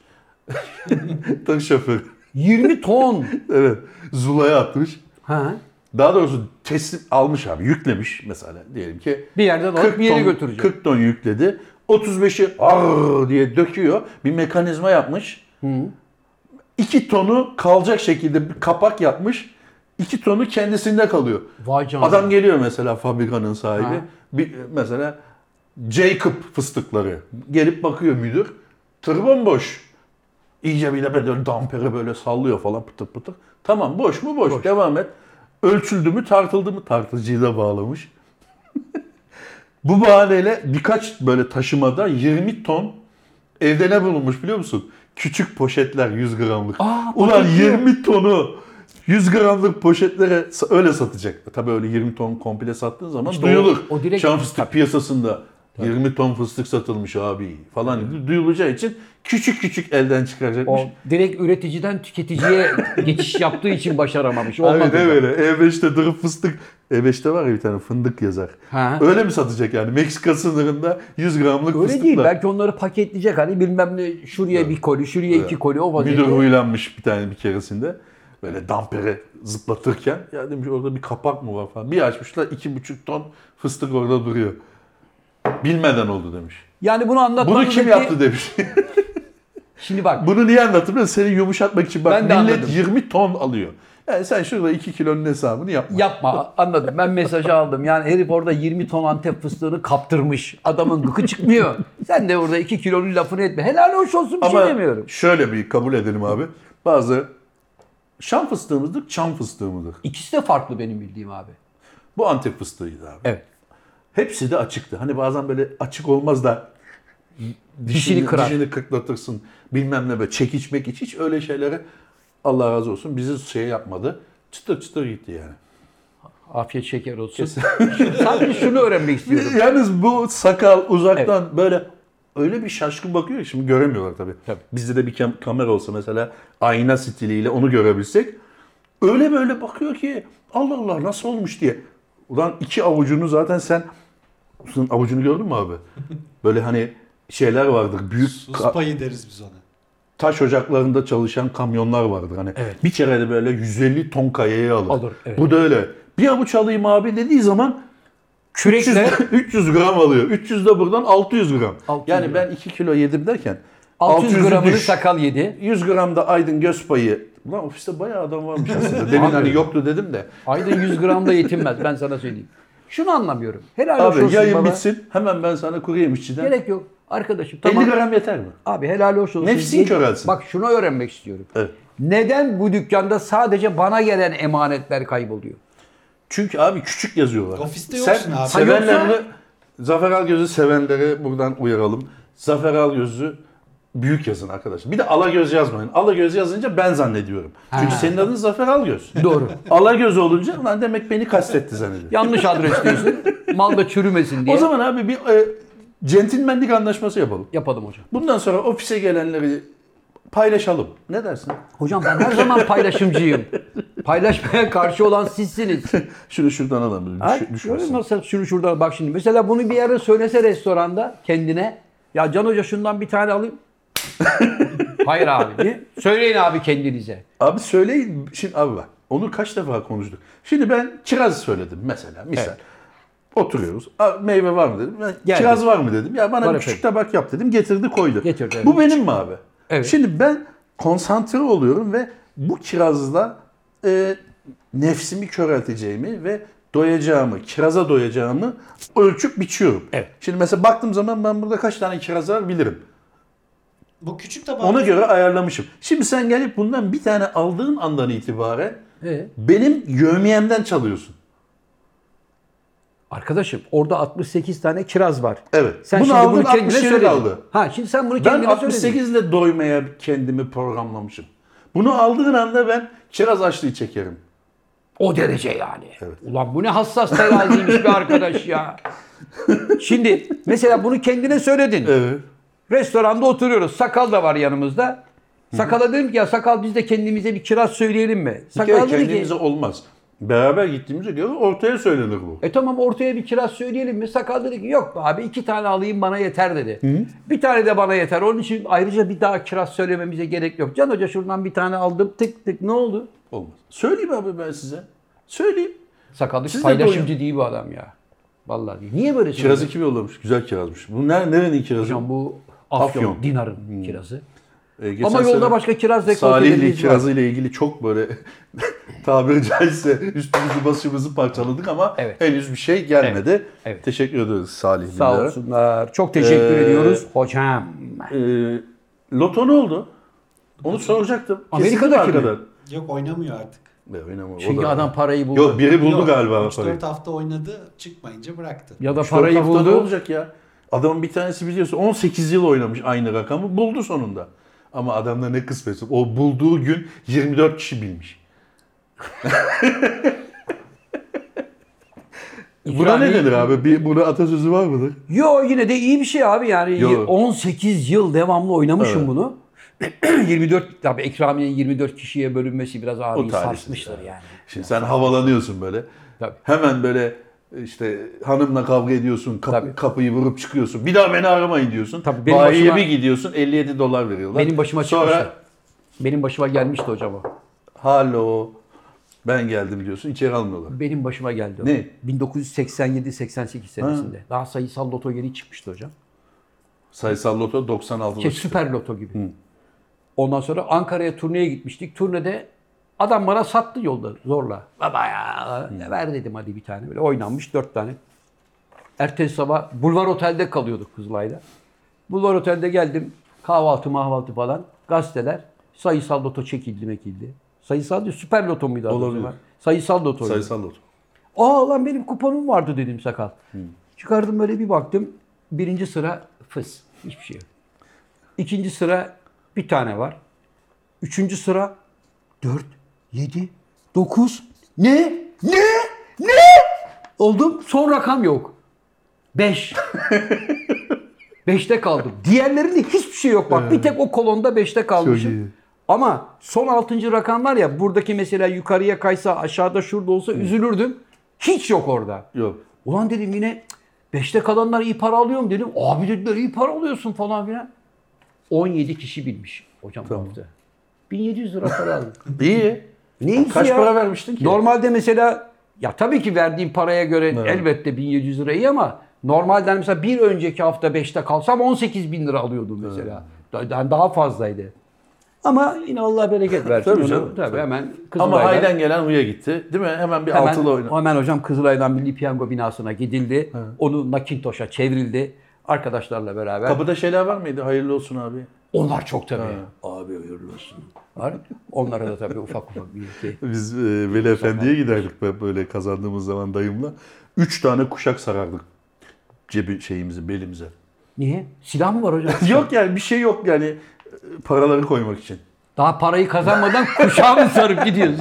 Tır şoförü. yirmi ton. Evet. Zula'ya atmış. Ha. Daha doğrusu teslim almış abi. Yüklemiş mesela. Diyelim ki Bir yerden alıp bir yere götürecek. kırk ton yükledi. otuz beşi ar diye döküyor. Bir mekanizma yapmış. Hı. iki tonu kalacak şekilde bir kapak yapmış. iki tonu kendisinde kalıyor. Vay canına. Adam geliyor mesela fabrikanın sahibi. Ha. Bir, mesela Jacob fıstıkları. Gelip bakıyor müdür. Tır bomboş. İyice bile böyle dampere böyle sallıyor falan pıtır pıtır. Tamam boş mu boş. Boş. Devam et. Ölçüldü mü tartıldı mı tartıcıyı da bağlamış. Bu bahaneyle birkaç böyle taşımada yirmi ton evde ne bulunmuş biliyor musun? Küçük poşetler yüz gramlık. Aa, Ulan paketli. yirmi tonu yüz gramlık poşetlere sa- öyle satacak. Tabii öyle yirmi ton komple sattığın zaman İşte duyulur. o- o direkt- Şam fıstık Tabii. piyasasında yirmi ton fıstık satılmış abi falan duyulacağı için küçük küçük elden çıkaracakmış. O direkt üreticiden tüketiciye geçiş yaptığı için başaramamış. Olmadı. Abi ne da. böyle E beşte durup fıstık. E beşte var ya bir tane fındık yazar. Ha. Öyle mi satacak yani? Meksika sınırında yüz gramlık Öyle fıstıkla. değil. Belki onları paketleyecek hani bilmem ne şuraya bir koli, şuraya iki koli o vaziyette. Müdür huylanmış bir tane bir keresinde. Böyle dampere zıplatırken ya demiş orada bir kapak mı var falan. Bir açmışlar iki buçuk ton fıstık orada duruyor. Bilmeden oldu demiş. Yani bunu anlatmanın Bunu kim yaptı demiş. Şimdi bak Bunu niye anlattım? Ben seni yumuşatmak için. Bak Ben de millet anladım. yirmi ton alıyor. Yani sen şurada iki kilonun hesabını yapma. yapma anladım. Ben mesajı aldım. Yani herif orada yirmi ton Antep fıstığını kaptırmış. Adamın gıkı çıkmıyor. Sen de orada iki kilonun lafını etme. Helal hoş olsun bir Ama şey demiyorum. şöyle bir kabul edelim abi. Bazı Şam fıstığımızdır, çam fıstığımızdır. İkisi de farklı benim bildiğim abi. Bu Antep fıstığıydı abi. Evet. Hepsi de açıktı. Hani bazen böyle açık olmaz da Dişini kırar. dişini kırklatırsın. Bilmem ne böyle çekiç mekiç hiç öyle şeyleri Allah razı olsun bizi şey yapmadı. Çıtır çıtır gitti yani. Afiyet şeker olsun. Sadece şunu öğrenmek istiyorum. Yalnız bu sakal uzaktan böyle öyle bir şaşkın bakıyor ki şimdi göremiyorlar tabii. Tabii. Bizde de bir kam- kamera olsa mesela ayna stiliyle onu görebilsek öyle böyle bakıyor ki Allah Allah nasıl olmuş diye. Ulan iki avucunu zaten sen senin avucunu gördün mü abi? Böyle hani şeyler vardır büyük Sus ka- payı deriz biz ona. taş ocaklarında çalışan kamyonlar vardır hani. Evet. Bir kerede böyle yüz elli ton kayayı alır. Alır, evet. Bu da öyle. Bir avuç alayım abi dediği zaman Kürekle üç yüz gram alıyor. üç yüz de buradan altı yüz gram. altı yüz yani gram. ben iki kilo yedim derken altı yüz altı yüzü gramını düş. sakal yedi. yüz gram da Aydın göz payı. Ulan ofiste bayağı adam varmış aslında. Demin hani yoktu dedim de. Aydın yüz gram da yetinmez ben sana söyleyeyim. Şunu anlamıyorum. Helal hoş Abi olsun yayın baba. bitsin hemen ben sana kuru yemişçiden. Gerek yok. Arkadaşım tamam. elli gram yeter mi? Abi helal hoş olsun. Nefsin Yedi- körelsin. Bak şunu öğrenmek istiyorum. Evet. Neden bu dükkanda sadece bana gelen emanetler kayboluyor? Çünkü abi küçük yazıyorlar. Ofiste yoksun Sen abi. sevenlerini, Ha, Zafer Algöz'ü sevenleri buradan uyaralım. Zafer Algöz'ü büyük yazın arkadaşlar. Bir de Alagöz yazmayın. Alagöz yazınca ben zannediyorum. Çünkü Ha. senin adın Zafer Algöz. Doğru. Alagöz olunca lan demek beni kastetti zannediyor. Yanlış adres diyorsun. Mal da çürümesin diye. O zaman abi bir e, centilmenlik anlaşması yapalım. yapalım hocam. Bundan sonra ofise gelenleri paylaşalım. Ne dersin? Hocam ben her zaman paylaşımcıyım. Paylaşmaya karşı olan sizsiniz. Şunu şuradan alalım. Ha, Düş, düşmesin. şöyle nasıl şunu şuradan bak şimdi. Mesela bunu bir yerde söylese restoranda kendine. Ya Can Hoca şundan bir tane alayım. Hayır abi. Niye? Söyleyin abi kendinize. Abi söyleyin. Şimdi abi bak. Onu kaç defa konuştuk. Şimdi ben kiraz söyledim mesela. Misal. Evet. Oturuyoruz. "Aa, meyve var mı dedim. Ben, Geldi. kiraz var mı dedim. Ya bana Var bir küçük efendim. tabak yap dedim. Getirdi koydu. Getirdi, evet. Bu benim mi abi? Evet. Şimdi ben konsantre oluyorum ve bu kirazla e, nefsimi körelteceğimi ve doyacağımı, kiraza doyacağımı ölçüp biçiyorum. Evet. Şimdi mesela baktığım zaman ben burada kaç tane kiraz var bilirim. Bu küçük tabak. Ona göre ayarlamışım. Şimdi sen gelip bundan bir tane aldığın andan itibaren Ee? benim yövmiyemden çalıyorsun. Arkadaşım orada altmış sekiz tane kiraz var. Evet. Sen Bunu şimdi aldın, bunu kendine altmış yedi söyledin. kaldı. Ha şimdi sen bunu Ben kendine altmış söyledin. sekiz ile doymaya kendimi programlamışım. Bunu aldığın anda ben kiraz açlığı çekerim. O derece yani. Evet. Ulan bu ne hassas teraziymiş bir arkadaş ya. Şimdi mesela bunu kendine söyledin. Evet. Restoranda oturuyoruz. Sakal da var yanımızda. Sakala dedim ki ya Sakal biz de kendimize bir kiraz söyleyelim mi? Bir kere Sakal dedi kendimize ki olmaz. Beraber gittiğimizde göre ortaya söylenir bu. e tamam ortaya bir kiraz söyleyelim mi? Sakal dedi ki yok be abi iki tane alayım bana yeter dedi. Bir tane de bana yeter. Onun için ayrıca bir daha kiraz söylememize gerek yok. Can Hoca şuradan bir tane aldım tık tık ne oldu? Olmaz. Söyleyeyim abi ben size. Söyleyeyim. Sakal Siz de paylaşımcı doyun. değil bu adam ya. Vallahi değil. Niye böyle Kirazı söylüyorsun? kim yollamış? Güzel kirazmış. Bu ner nerenin kirazı? Hocam bu Afyon, Afyon. Dinar'ın kirazı. Ee, geçen Ama yolda sene başka kiraz Salihli rekoltelerimiz var. kirazı ile ilgili çok böyle tabiri caizse üstümüzü başımızı parçaladık ama Evet. henüz bir şey gelmedi. Evet, evet. Teşekkür ederiz Salihli'lere. Sağ olsunlar. Çok teşekkür Ee, ediyoruz hocam. Ee, loto ne oldu? Onu soracaktım. Amerika'daki Kesildi mi mi? arkadan? Yok oynamıyor artık. Ne, oynama, o Çünkü da- adam parayı buldu. Yok biri buldu Yok, galiba üç parayı. dört hafta oynadı, çıkmayınca bıraktı. Ya da üç dört parayı hafta ne buldu. olacak ya? Adamın bir tanesi biliyorsun on sekiz yıl oynamış aynı rakamı buldu sonunda. Ama adamda ne kısmet. O bulduğu gün yirmi dört kişi bilmiş. Buna ne İkramiye- denir abi? Bir, buna atasözü var mıdır? Yo yine de iyi bir şey abi yani Yo. on sekiz yıl devamlı oynamışım Evet. bunu. yirmi dört tabii ikramiyenin yirmi dört kişiye bölünmesi biraz abi O talihsiz sarsmıştır ya. yani. Şimdi sen havalanıyorsun böyle. Tabii. Hemen böyle işte hanımla kavga ediyorsun, kapı- Tabii. kapıyı vurup çıkıyorsun. Bir daha beni aramayın diyorsun. Tabii benim Bayiye başıma- bir gidiyorsun elli yedi dolar veriyorlar. Benim başıma Sonra çıkmıştı. Benim başıma gelmişti hocam o. halo ben geldim diyorsun içeri almıyorlar. Benim başıma geldi o. Ne? bin dokuz yüz seksen yedi seksen sekiz senesinde. Daha sayısal loto yeni çıkmıştı hocam. Sayısal loto doksan altıda Şey, çıktı. süper loto gibi. Ondan sonra Ankara'ya turneye gitmiştik. Turnede adam bana sattı yolda zorla. Baba ya ver dedim hadi bir tane. Böyle oynanmış dört tane. Ertesi sabah Bulvar Otel'de kalıyorduk Kızılay'da. Bulvar Otel'de geldim. Kahvaltı mahvaltı falan. Gazeteler. Sayısal loto çekildi mekildi. Sayısal değil süper loto muydu adı o Olabilir. zaman? Sayısal loto. Sayısal loto. Aa lan benim kuponum vardı dedim Sakal. Çıkardım böyle bir baktım. Birinci sıra fıs. Hiçbir şey yok. İkinci sıra bir tane var. Üçüncü sıra dört, yedi, dokuz. Ne? Ne? Ne? Oldum. Son rakam yok. Beş. Beşte kaldım. Diğerlerinde hiçbir şey yok bak. Bir tek o kolonda beşte Çok kalmışım. iyi. Ama son altıncı rakam var ya buradaki mesela yukarıya kaysa aşağıda şurada olsa üzülürdüm. Hiç yok orada. Yok. Ulan dedim yine beşte kalanlar iyi para alıyorum dedim. Abi dediler iyi para alıyorsun falan filan. on yedi kişi bilmiş hocam bu hafta. bin yedi yüz lira para aldım. İyi. Ne iyisi Kaç ya? para vermiştin ki? Normalde mesela ya tabii ki verdiğim paraya göre Evet. elbette bin yedi yüz lira iyi ama normalde mesela bir önceki hafta beşte kalsam on sekiz bin lira alıyordum mesela. Yani daha fazlaydı. Ama yine Allah bereket versin. Tabii Onu canım, tabii, tabii. hemen Ama Kızılay'dan. hayden gelen huya gitti. Değil mi? Hemen bir Hemen, altılı oyna. hemen hocam Kızılay'dan Milli Piyango binasına gidildi. Onu Nakintoş'a çevrildi. Arkadaşlarla beraber. Kapıda şeyler var mıydı? Hayırlı olsun abi. Onlar çok tabii. Abi hayırlı olsun. Var. Onlara da tabii ufak ufak bir iki. Biz e, Veli Efendi'ye giderdik be- böyle kazandığımız zaman dayımla. Üç tane kuşak sarardık cebi şeyimizi, belimize. Niye? Silah mı var hocam? Yok yani bir şey yok yani e, paraları koymak için. Daha parayı kazanmadan kuşağı mı sarıp gidiyorsun?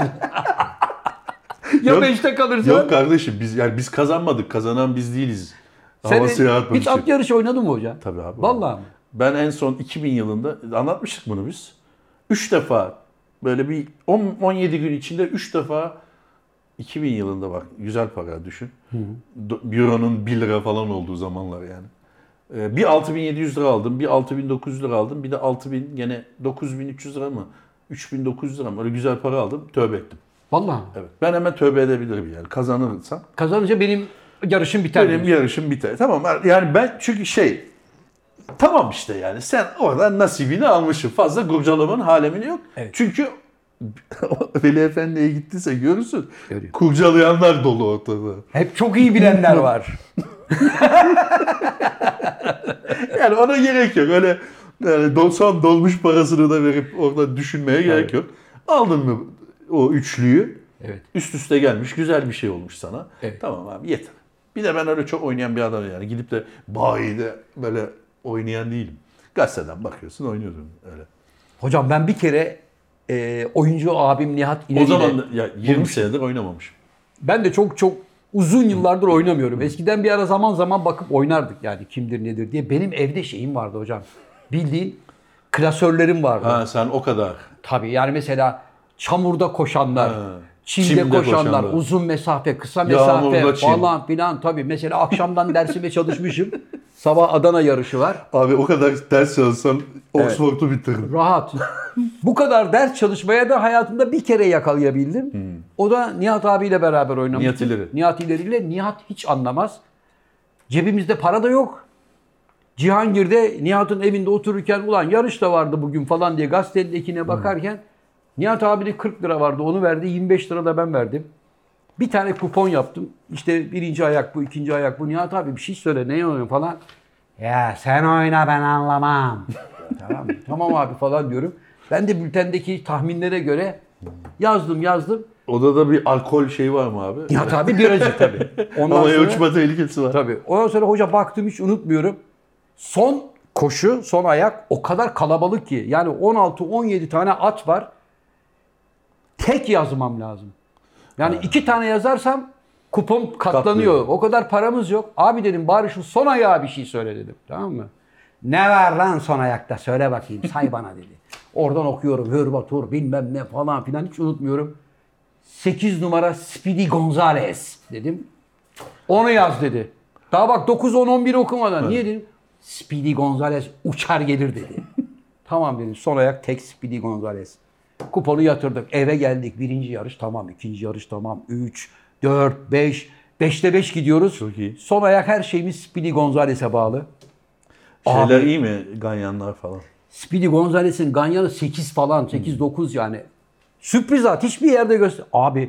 ya Yok, beşte kalırsa? Yok kardeşim biz yani biz kazanmadık. Kazanan biz değiliz. Sen Havası yaratmak hiç at için. yarışı oynadın mı hocam? Tabii abi. Vallahi mi? Ben en son iki bin yılında anlatmıştık bunu biz. üç defa böyle bir on on yedi gün içinde üç defa iki bin yılında bak güzel para düşün. Do- Euro'nun bir lira falan olduğu zamanlar yani. Ee, bir altı bin yedi yüz lira aldım, bir altı bin dokuz yüz lira aldım, bir de altı bin gene dokuz bin üç yüz lira mı? üç bin dokuz yüz lira mı? Öyle güzel para aldım, tövbe ettim. Vallahi. Evet. Ben hemen tövbe edebilirim yani kazanırsam. Kazanınca benim yarışım biter. Benim diyorsun. yarışım biter. Tamam yani ben çünkü şey tamam işte yani sen oradan nasibini almışsın. Fazla kurcalamanın halemini yok. Evet. Çünkü Veli Efendi'ye gittiyse görürsün. Görüyor. Kurcalayanlar dolu ortada. Hep çok iyi bilenler var. Yani ona gerek yok. Öyle yani do- son dolmuş parasını da verip orada düşünmeye gerek Evet. yok. Aldın mı o üçlüyü? Evet. Üst üste gelmiş. Güzel bir şey olmuş sana. Evet. Tamam abi yeter. Bir de ben öyle çok oynayan bir adam yani. Gidip de bayide böyle oynayan değilim. Gazeteden bakıyorsun oynuyorsun öyle. Hocam ben bir kere e, oyuncu abim Nihat O İneri'yle... zaman da ya yirmi senedir oynamamışım. Ben de çok çok uzun yıllardır oynamıyorum. Eskiden bir ara zaman zaman bakıp oynardık yani kimdir nedir diye. Benim evde şeyim vardı hocam. Bildiğin klasörlerim vardı. Ha sen o kadar. Tabii yani mesela çamurda koşanlar, Ha, çimde, çimde koşanlar, koşanlar. uzun mesafe, kısa Yağmurda mesafe çim. falan filan. Tabii mesela akşamdan dersime çalışmışım. Sabah Adana yarışı var. Abi o kadar ders çalışsan Oxford'u bitirdin. Rahat. Bu kadar ders çalışmaya da hayatımda bir kere yakalayabildim. O da Nihat abiyle beraber oynamıştık. Nihat İleri. Nihat İleri'yle. Nihat hiç anlamaz. Cebimizde para da yok. Cihangir'de Nihat'ın evinde otururken ulan yarış da vardı bugün falan diye gazetenin ekine bakarken Nihat abinin kırk lira vardı. Onu verdi. yirmi beş lira da ben verdim. Bir tane kupon yaptım. İşte birinci ayak bu, ikinci ayak bu. Nihat abi bir şey söyle, ne oynuyorsun falan. Ya sen oyna ben anlamam. Tamam, tamam abi falan diyorum. Ben de bültendeki tahminlere göre yazdım yazdım. Odada bir alkol şeyi var mı abi? Nihat abi biracı tabii. Ondan Havaya sonra, uçma tehlikesi var. tabii. Ondan sonra hoca baktım hiç unutmuyorum. Son koşu, son ayak o kadar kalabalık ki. Yani on altı on yedi tane at var. Tek yazmam lazım. Yani iki tane yazarsam kupon katlanıyor. Katlıyor. O kadar paramız yok. Abi dedim bari şu son ayağa bir şey söyle dedim. Tamam mı? Ne var lan son ayakta söyle bakayım say bana dedi. Oradan okuyorum Hırbatur bilmem ne falan filan hiç unutmuyorum. sekiz numara Speedy Gonzales dedim. Onu yaz dedi. Daha bak dokuz on on bir okumadan. Niye dedim? Speedy Gonzales uçar gelir dedi. Tamam dedim. Son ayak tek Speedy Gonzales. Kuponu yatırdık. Eve geldik. Birinci yarış tamam. İkinci yarış tamam. Üç, dört, beş. Beşte beş gidiyoruz. Çok iyi. Son ayak her şeyimiz Speedy Gonzales'e bağlı. Şeyler Abi- iyi mi? Ganyanlar falan. Speedy Gonzales'in ganyanı sekiz falan. sekiz dokuz yani. Sürpriz at. Hiçbir yerde göster. Abi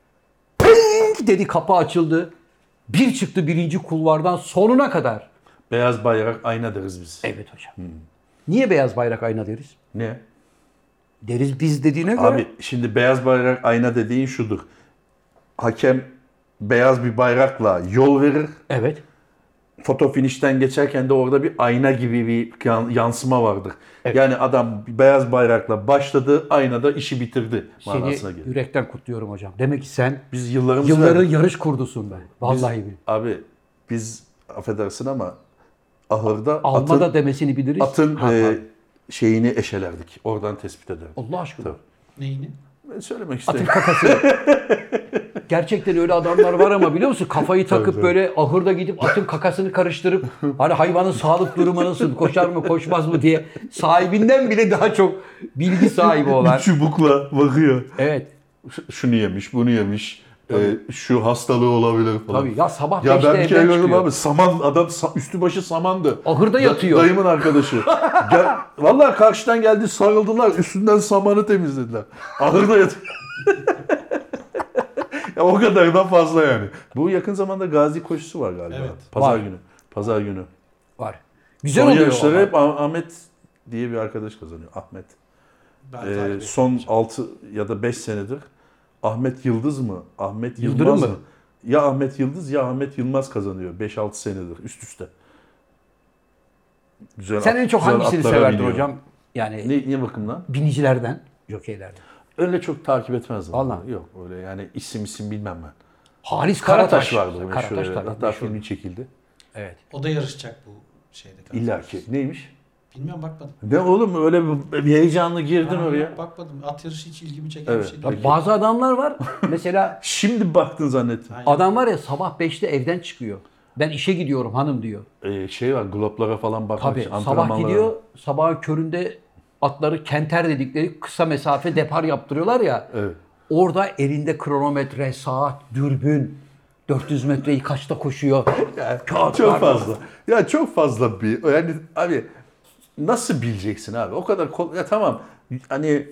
ping dedi kapı açıldı. Bir çıktı birinci kulvardan sonuna kadar. Beyaz bayrak ayna deriz biz. Evet hocam. Niye beyaz bayrak ayna deriz? Ne? Deriz biz dediğine göre. Abi şimdi beyaz bayrak ayna dediğin şudur. Hakem beyaz bir bayrakla yol verir. Evet. Foto finişten geçerken de orada bir ayna gibi bir yan- yansıma vardır. Evet. Yani adam beyaz bayrakla başladı, aynada işi bitirdi Seni manasına gelir. yürekten kutluyorum hocam. Demek ki sen Biz yıllarımızı yılların verdik. yarış kurdusun ben. Vallahi Biz- bir. Abi biz affedersin ama ahırda Alma atın, da demesini biliriz. atın Ha, e, ha. şeyini eşelerdik. Oradan tespit ederdik. Allah aşkına. Tabii. Neyini? Ben söylemek Atın istemiyorum. kakası. Gerçekten öyle adamlar var ama biliyor musun? Kafayı takıp tabii. böyle ahırda gidip atın kakasını karıştırıp hani hayvanın sağlık durumu nasıl, koşar mı koşmaz mı diye sahibinden bile daha çok bilgi sahibi olan. Bir çubukla bakıyor. Evet. Ş- Şunu yemiş, bunu yemiş. e, şu hastalığı olabilir falan. Tabii ya sabah Ya beşte ben bir kere evden gördüm çıkıyor. abi. Saman adam sa- üstü başı samandı. Ahırda Da- yatıyor. Dayımın arkadaşı. Gel, vallahi karşıdan geldi sarıldılar. Üstünden samanı temizlediler. Ahırda yatıyor. Ya o kadardan fazla yani. Bu yakın zamanda Gazi koşusu var galiba. Evet. Pazar Var. günü. Pazar günü. Var. Güzel Son oluyor yarışları ama. hep Ah- Ahmet diye bir arkadaş kazanıyor. Ahmet. Ben Ee, takip ettim. son altı ya da beş senedir Ahmet Yıldız mı? Ahmet Yıldırım Yılmaz mı? mı? Ya Ahmet Yıldız ya Ahmet Yılmaz kazanıyor. beş altı senedir üst üste. Güzel Sen at- en çok güzel hangisini atlara severdin biniyor. hocam? Yani Ne, ne bakımdan? binicilerden, jokeylerden. Öyle çok takip etmezdim. Vallahi. Yok öyle yani isim isim bilmem ben. Halis Karataş, Karataş. vardı o meşhur. Karataş evet. tabii. Hatta meşhur. filmi çekildi. Evet. O da yarışacak bu şeyde. İlla ki. Neymiş? Bilmiyorum, bakmadım. Ne oğlum öyle bir heyecanlı girdin Ha, oraya. Bakmadım. At yarışı hiç ilgimi çeken Evet. bir şey Ya değil. bazı adamlar var. Mesela Şimdi baktın zannettim. Aynen. adam var ya sabah beşte evden çıkıyor. Ben işe gidiyorum hanım diyor. Ee, şey var, gloplara falan bakmak Tabii için, sabah antrenmanlara. gidiyor. Sabahın köründe atları kenter dedikleri kısa mesafe depar yaptırıyorlar ya. Evet. Orada elinde kronometre, saat, dürbün, dört yüz metreyi kaçta koşuyor. Kağıt Çok var. fazla. Ya çok fazla bir, yani abi nasıl bileceksin abi? O kadar kol, ya tamam hani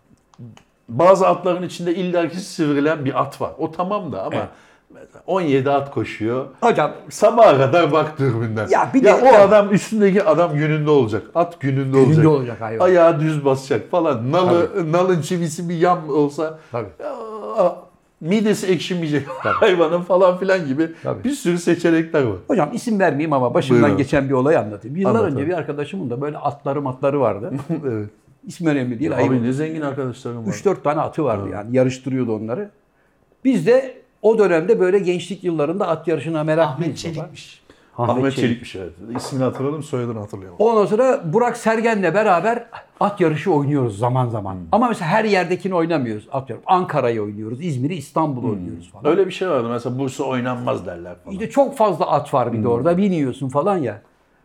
bazı atların içinde illaki sivrilen bir at var. O tamam da ama Evet. on yedi at koşuyor. Hocam Sabaha kadar bak dürbünden. Ya bir ya de- o adam üstündeki adam gününde olacak. At gününde, Gününde olacak. olacak hayvan. Ayağı düz basacak falan. Nalı, nalın çivisi bir yan olsa Tabii. ya, midesi ekşimeyecek hayvanın falan filan gibi Tabii. bir sürü seçenekler var. Hocam isim vermeyeyim ama başımdan Buyurun. geçen bir olay anlatayım. Yıllar Anlat önce abi. bir arkadaşımın da böyle atları matları vardı. Evet. İsmi önemli değil. Abi ne zengin arkadaşlarım var. üç dört tane atı vardı yani. Yarıştırıyordu onları. Biz de o dönemde böyle gençlik yıllarında at yarışına meraklıyız. Ahmet baba. Çelik'miş. Ahmet, Ahmet Çelik. Çelik'miş evet. İsmini hatırladım, soyadını hatırlayamadım. Ondan sonra Burak Sergen'le beraber at yarışı oynuyoruz zaman zaman. Ama mesela her yerdekini oynamıyoruz. Atıyorum Ankara'yı oynuyoruz, İzmir'i, İstanbul'u oynuyoruz falan. Öyle bir şey vardı mesela Bursa oynanmaz derler falan. İşte çok fazla at var bir de orada biniyorsun falan ya.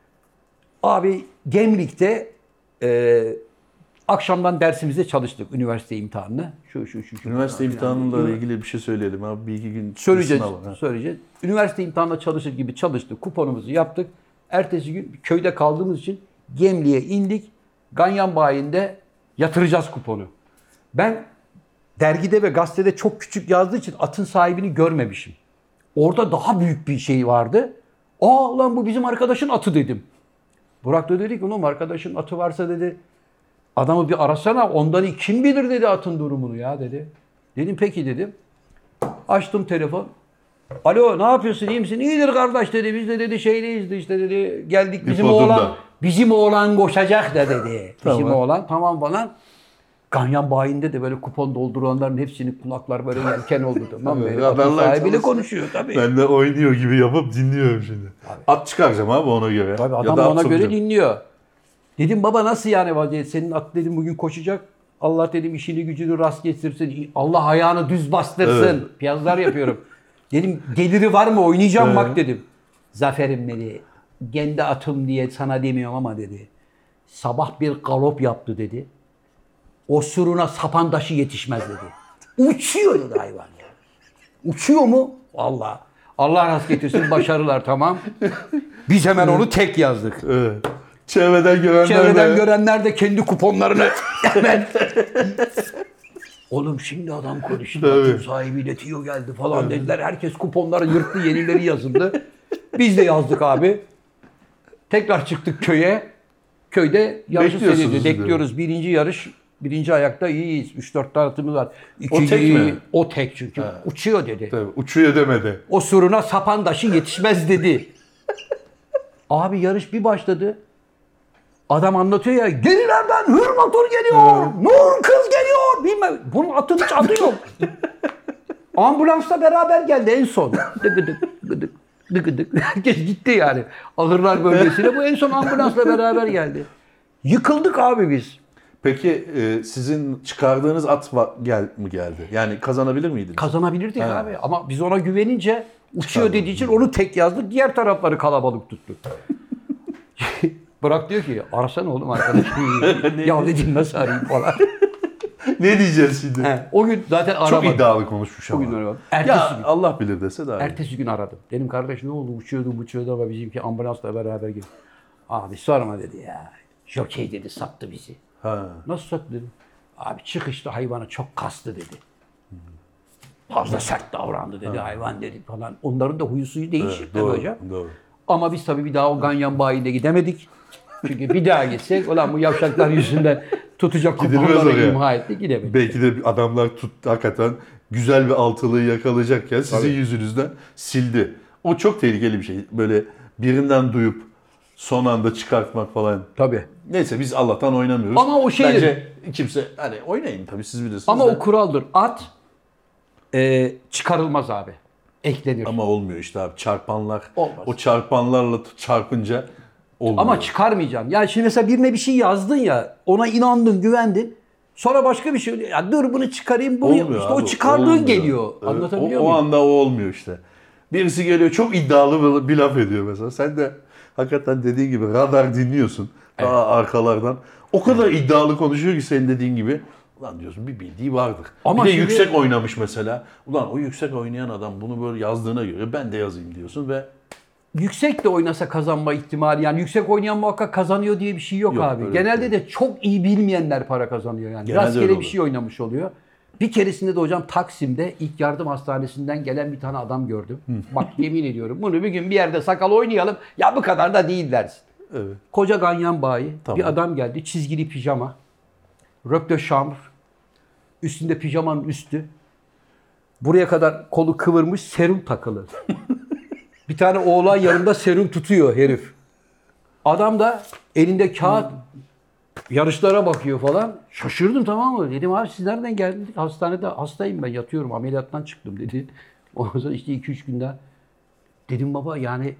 Abi Gemlik'te e, akşamdan dersimizde çalıştık üniversite imtihanını. Şu şu şu. şu Üniversite falan filan. imtihanıyla ilgili bir şey söyleyelim abi. Bir iki gün Söyleyeceğiz, sınav var, ha. söyleyeceğiz. Üniversite imtihanına çalışır gibi çalıştık. Kuponumuzu yaptık. Ertesi gün köyde kaldığımız için Gemli'ye indik. Ganyan bayinde yatıracağız kuponu. Ben dergide ve gazetede çok küçük yazdığı için atın sahibini görmemişim. Orada daha büyük bir şey vardı. Aa lan bu bizim arkadaşın atı dedim. Burak da dedi ki oğlum arkadaşın atı varsa dedi adamı bir arasana ondan iyi kim bilir dedi atın durumunu ya dedi. Dedim peki dedim. Açtım telefon. Alo ne yapıyorsun iyi misin? İyidir kardeş dedi. Biz de dedi şeydeyiz de işte dedi. Geldik bizim Dipodunda. oğlan bizim oğlan koşacak da dedi. Bizim Tamam. oğlan tamam falan. Ganyan bayinde de böyle kupon dolduranların hepsinin kulaklar böyle yelken oldu tamam mı? Evet, Böyle atın haberler sahibiyle çalışsın. konuşuyor tabii. Ben de oynuyor gibi yapıp dinliyorum şimdi. At çıkaracağım abi ona göre. Tabii Ya adam da at ona göre sokacağım. dinliyor. Dedim baba nasıl yani vaziyet? Senin at dedim bugün koşacak. Allah dedim işini gücünü rast getirsin. Allah ayağını düz bastırsın. Evet. Piyazlar yapıyorum. Dedim geliri var mı oynayacağım Evet. bak dedim. Zaferim dedi. Kendi atım diye sana demiyorum ama dedi. Sabah bir galop yaptı dedi. O süruna sapan taşı yetişmez dedi. Uçuyor dedi hayvan ya. Uçuyor mu? Vallahi. Allah rast getirsin başarılar tamam. Biz hemen onu tek yazdık. Evet. Çevreden görenler Çevreden de- görenler de kendi kuponlarını hemen. Oğlum şimdi adam konuştu. Tabii. Atın sahibiyle Tio geldi falan dediler. Herkes kuponları yırttı, yenileri yazıldı. Biz de yazdık abi. Tekrar çıktık köye. Köyde yarışı Bekliyorsunuz seyrediyor. siz de. Bekliyoruz. Birinci yarış. Birinci ayakta iyiyiz. üç dört tane atımız var. İkinci, tek mi? O tek çünkü. Uçuyor dedi. Tabii, uçuyor demedi. O suruna sapan taşı yetişmez dedi. Abi yarış bir başladı. Adam anlatıyor ya gerilerden hır motor geliyor. Nur kız geliyor. Bilmem. Bunun atın hiç adı yok. Ambulansla beraber geldi en son. Dıgıdık gıdık dıgıdık. Herkes gitti yani. Ahırlar bölgesine. Bu en son ambulansla beraber geldi. Yıkıldık abi biz. Peki e, sizin çıkardığınız at va- gel mi geldi? Yani kazanabilir miydiniz? Kazanabilirdik Ha. abi. Ama biz ona güvenince uçuyor dediği için onu tek yazdık. Diğer tarafları kalabalık tuttuk. Burak diyor ki arasana oğlum arkadaşım. Ya dedim nasıl arayayım falan. Ne diyeceğiz şimdi? He, o gün zaten aramadım. Çok iddialı konuşmuş O ama. gün aramadım. Ertesi Ya gün. Allah bilir dese daha iyi. Ertesi gün aradım. Dedim kardeş ne oldu uçuyordu uçuyordu ama bizimki ambulansla beraber geldi. Abi sorma dedi ya. Jokey dedi sattı bizi. Ha. Nasıl sattı dedim. Abi çıkışta hayvanı çok kastı dedi. Fazla sert davrandı dedi hayvan dedi falan. Onların da huyu suyu değişik Evet, tabii doğru, hocam. doğru. Ama biz tabii bir daha o Ganyan bayine gidemedik. Çünkü bir daha gitsek ulan bu yavşaklar yüzünden tutacak Gidilmez kuponları oraya. imha etti gidemedik. Belki de adamlar tut, hakikaten güzel bir altılıyı yakalayacakken sizin Tabii. yüzünüzden sildi. O çok tehlikeli bir şey. Böyle birinden duyup son anda çıkartmak falan. Tabii. Neyse biz Allah'tan oynamıyoruz. Ama o şey- Bence kimse hani oynayın tabii siz bilirsiniz. Ama de. o kuraldır. At e, çıkarılmaz abi. Eklenir. Ama olmuyor işte abi çarpanlar. Olmaz. O çarpanlarla t- çarpınca Olmuyor. Ama çıkarmayacaksın. Yani şimdi mesela birine bir şey yazdın ya, ona inandın, güvendin. Sonra başka bir şey oluyor. Ya dur bunu çıkarayım, bunu yap. Olmuyor İşte o abi, çıkardığın olmuyor. geliyor. Evet, Anlatabiliyor o, muyum? O anda o olmuyor işte. Birisi geliyor çok iddialı bir, bir laf ediyor mesela. Sen de hakikaten dediğin gibi radar dinliyorsun. Evet. Daha arkalardan. O kadar iddialı konuşuyor ki senin dediğin gibi. Ulan diyorsun bir bildiği vardır. Ama bir de şimdi- yüksek oynamış mesela. Ulan o yüksek oynayan adam bunu böyle yazdığına göre ben de yazayım diyorsun ve Yüksek de oynasa kazanma ihtimali, yani yüksek oynayan muhakkak kazanıyor diye bir şey yok, Yok, abi. öyle Genelde değil. de çok iyi bilmeyenler para kazanıyor yani. Genelde öyle Rastgele bir oluyor. şey oynamış oluyor. Bir keresinde de hocam Taksim'de ilk yardım hastanesinden gelen bir tane adam gördüm. Bak yemin ediyorum bunu bir gün bir yerde sakal oynayalım. Ya bu kadar da değil dersin. evet. Koca ganyan bayi Tamam. bir adam geldi, çizgili pijama, röp de chambre, üstünde pijamanın üstü, buraya kadar kolu kıvırmış, serum takılı. Bir tane oğlan yanında serum tutuyor herif. Adam da elinde kağıt yarışlara bakıyor falan. Şaşırdım, tamam mı? Dedim abi siz nereden geldiniz? Hastanede hastayım ben, yatıyorum, ameliyattan çıktım dedi. Ondan sonra işte iki üç günde dedim baba yani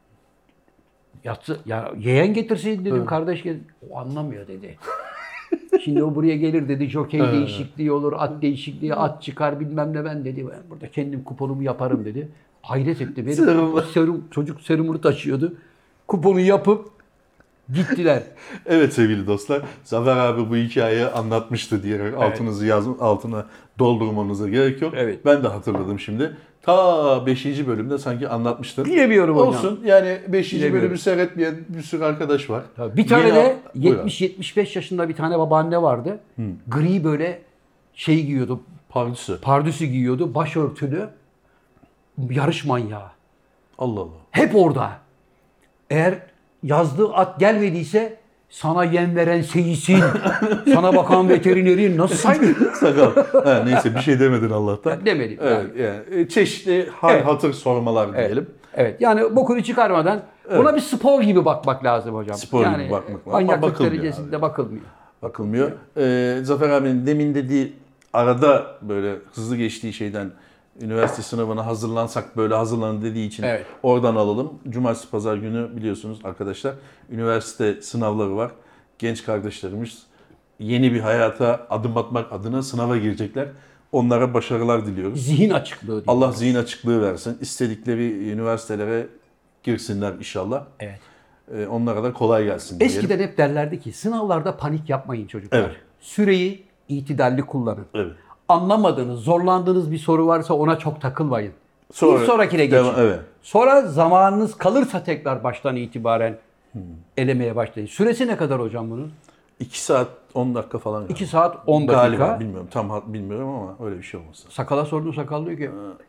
yatsı ya yeğen getirseydi dedim, kardeş gel. O anlamıyor dedi. Şimdi o buraya gelir dedi, jokey değişikliği olur, at değişikliği, at çıkar bilmem ne, ben dedi. Ben burada kendim kuponumu yaparım dedi. Hayret etti. Benim Serum. serum, çocuk serumunu taşıyordu. Kuponu yapıp gittiler. Evet sevgili dostlar, Zafer abi bu hikayeyi anlatmıştı diyerek altınızı yaz, altına doldurmanıza gerek yok. Evet. Ben de hatırladım şimdi. Ta beşinci bölümde sanki anlatmıştın. Bilemiyorum hocam. Olsun yani beşinci Bilemiyorum. bölümü seyretmeyen bir sürü arkadaş var. Tabii. Bir tane Yeni- de Buyur abi. yetmiş yetmiş beş yaşında bir tane babaanne vardı. Gri böyle şey giyiyordu, Pardüsü. pardüsü giyiyordu, başörtülü, yarış manyağı. Allah Allah. Hep orada. Eğer yazdığı at gelmediyse sana yem veren seyisin, sana bakan veterinerin nasıl Sakal. Ha, neyse bir şey demedin Allah'tan. demedim. Evet, yani e, çeşitli hal Evet. hatır sormalar diyelim. Evet, yani bokunu çıkarmadan buna bir spor gibi bakmak lazım hocam. Spor gibi yani bakmak lazım ama manyaklık bakılmıyor derecesinde abi. bakılmıyor. Bakılmıyor. Ee, Zafer abinin demin dediği arada böyle hızlı geçtiği şeyden üniversite sınavına hazırlansak böyle hazırlanın dediği için Evet. oradan alalım. Cumartesi pazar günü biliyorsunuz arkadaşlar üniversite sınavları var. Genç kardeşlerimiz yeni bir hayata adım atmak adına sınava girecekler. Onlara başarılar diliyoruz. Zihin açıklığı diyor. Allah zihin açıklığı versin. İstedikleri üniversitelere girsinler inşallah. Evet. Ee, onlara da kolay gelsin diyelim. Eskiden hep derlerdi ki sınavlarda panik yapmayın çocuklar. Evet. Süreyi itidalli kullanın. Evet. Anlamadığınız, zorlandığınız bir soru varsa ona çok takılmayın. Sonra- bir sonrakine geçin. Devam- evet. Sonra zamanınız kalırsa tekrar baştan itibaren elemeye başlayın. Süresi ne kadar hocam bunun? iki saat on dakika falan. galiba. iki saat on dakika. Galiba bilmiyorum. Tam hat- bilmiyorum ama öyle bir şey olmasın. Sakala sordum, sakal diyor ki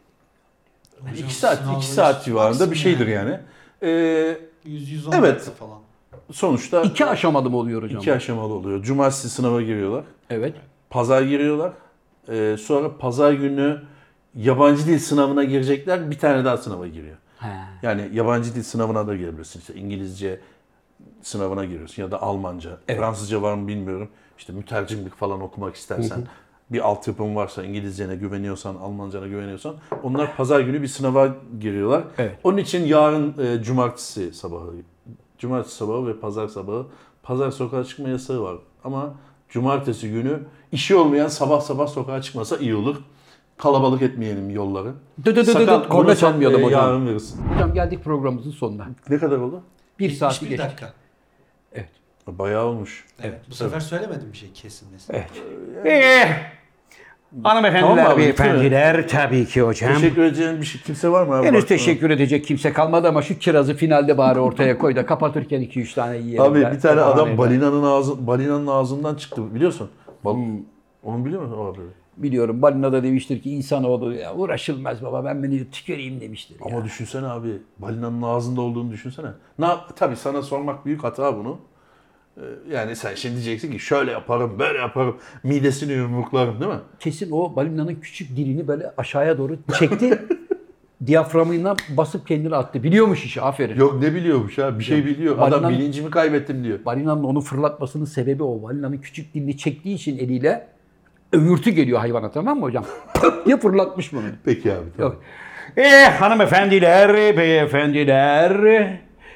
iki saat, sınavları iki saat civarında bir baksın şeydir yani. yani. Ee, yüz yüz on Evet. dakika falan. sonuçta iki aşamalı mı oluyor hocam? iki aşamalı oluyor. Cumartesi sınava giriyorlar. Evet. Pazar giriyorlar. Ee, sonra pazar günü yabancı dil sınavına girecekler. Bir tane daha sınava giriyor. He. Yani yabancı dil sınavına da girebilirsin. İşte İngilizce sınavına giriyorsun ya da Almanca. Evet. Fransızca var mı bilmiyorum. İşte mütercimlik falan okumak istersen, bir altyapın varsa, İngilizcene güveniyorsan, Almancana güveniyorsan onlar pazar günü bir sınava giriyorlar. Evet. Onun için yarın e, cumartesi sabahı, cumartesi sabahı ve pazar sabahı, pazar sokağa çıkma yasağı var. Ama cumartesi günü işi olmayan sabah sabah sokağa çıkmasa iyi olur. Kalabalık etmeyelim yolları. Dı dı dı dı Sakal, dı, korna bunu sen, çalmayalım e, hocam. Yarın verirsin. Hocam geldik programımızın sonuna. Ne kadar oldu? Bir saati yetmiş bir geçtik. dakika. Evet. Bayağı olmuş. Evet. Bu sefer söylemedim bir şey kesinlesin. Evet. Eh, hanımefendiler, Tamam abi, beyefendiler tabii ki hocam. Teşekkür edeceğin bir şey, kimse var mı abi? Henüz Bak- teşekkür edecek kimse kalmadı ama şu kirazı finalde bari ortaya koy da kapatırken iki üç tane yiyelim. Abi de. bir tane Bahane adam eder. balinanın ağzı, balinanın ağzından çıktı biliyorsun. Bal Hmm. Onu biliyor musun abi? Biliyorum, balina da demiştir ki insanoğlu ya uğraşılmaz baba, ben beni tüküreyim demiştir. Ya. Ama düşünsene abi, balinanın ağzında olduğunu düşünsene. Ne yap- tabii sana sormak büyük hata bunu. Ee, Yani sen şimdi diyeceksin ki şöyle yaparım, böyle yaparım, midesini yumruklarım değil mi? Kesin o balinanın küçük dilini böyle aşağıya doğru çekti. Diyaframıyla basıp kendini attı. Biliyormuş işi, aferin. Yok ne biliyormuş ha, bir şey biliyor. Adam Balinan- bilincimi kaybettim diyor. Balinanın onu fırlatmasının sebebi o. Balinanın küçük dilini çektiği için eliyle övürtü geliyor hayvana, tamam mı hocam? Pöp diye fırlatmış bunu. Peki abi. Tamam. Yok. Eh hanımefendiler, beyefendiler.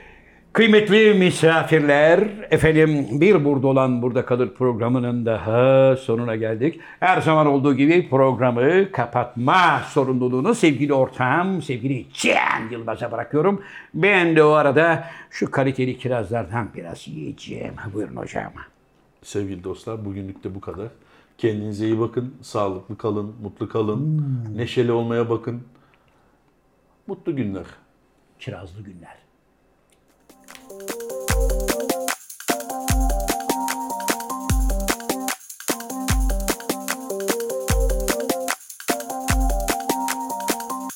Kıymetli misafirler, efendim bir burada olan burada kalır programının daha sonuna geldik. Her zaman olduğu gibi programı kapatma sorumluluğunu sevgili ortağım, sevgili Cem Yılmaz'a bırakıyorum. Ben de o arada şu kaliteli kirazlardan biraz yiyeceğim. Buyurun hocam. Sevgili dostlar, bugünlük de bu kadar. Kendinize iyi bakın, sağlıklı kalın, mutlu kalın, neşeli olmaya bakın. Mutlu günler. Kirazlı günler.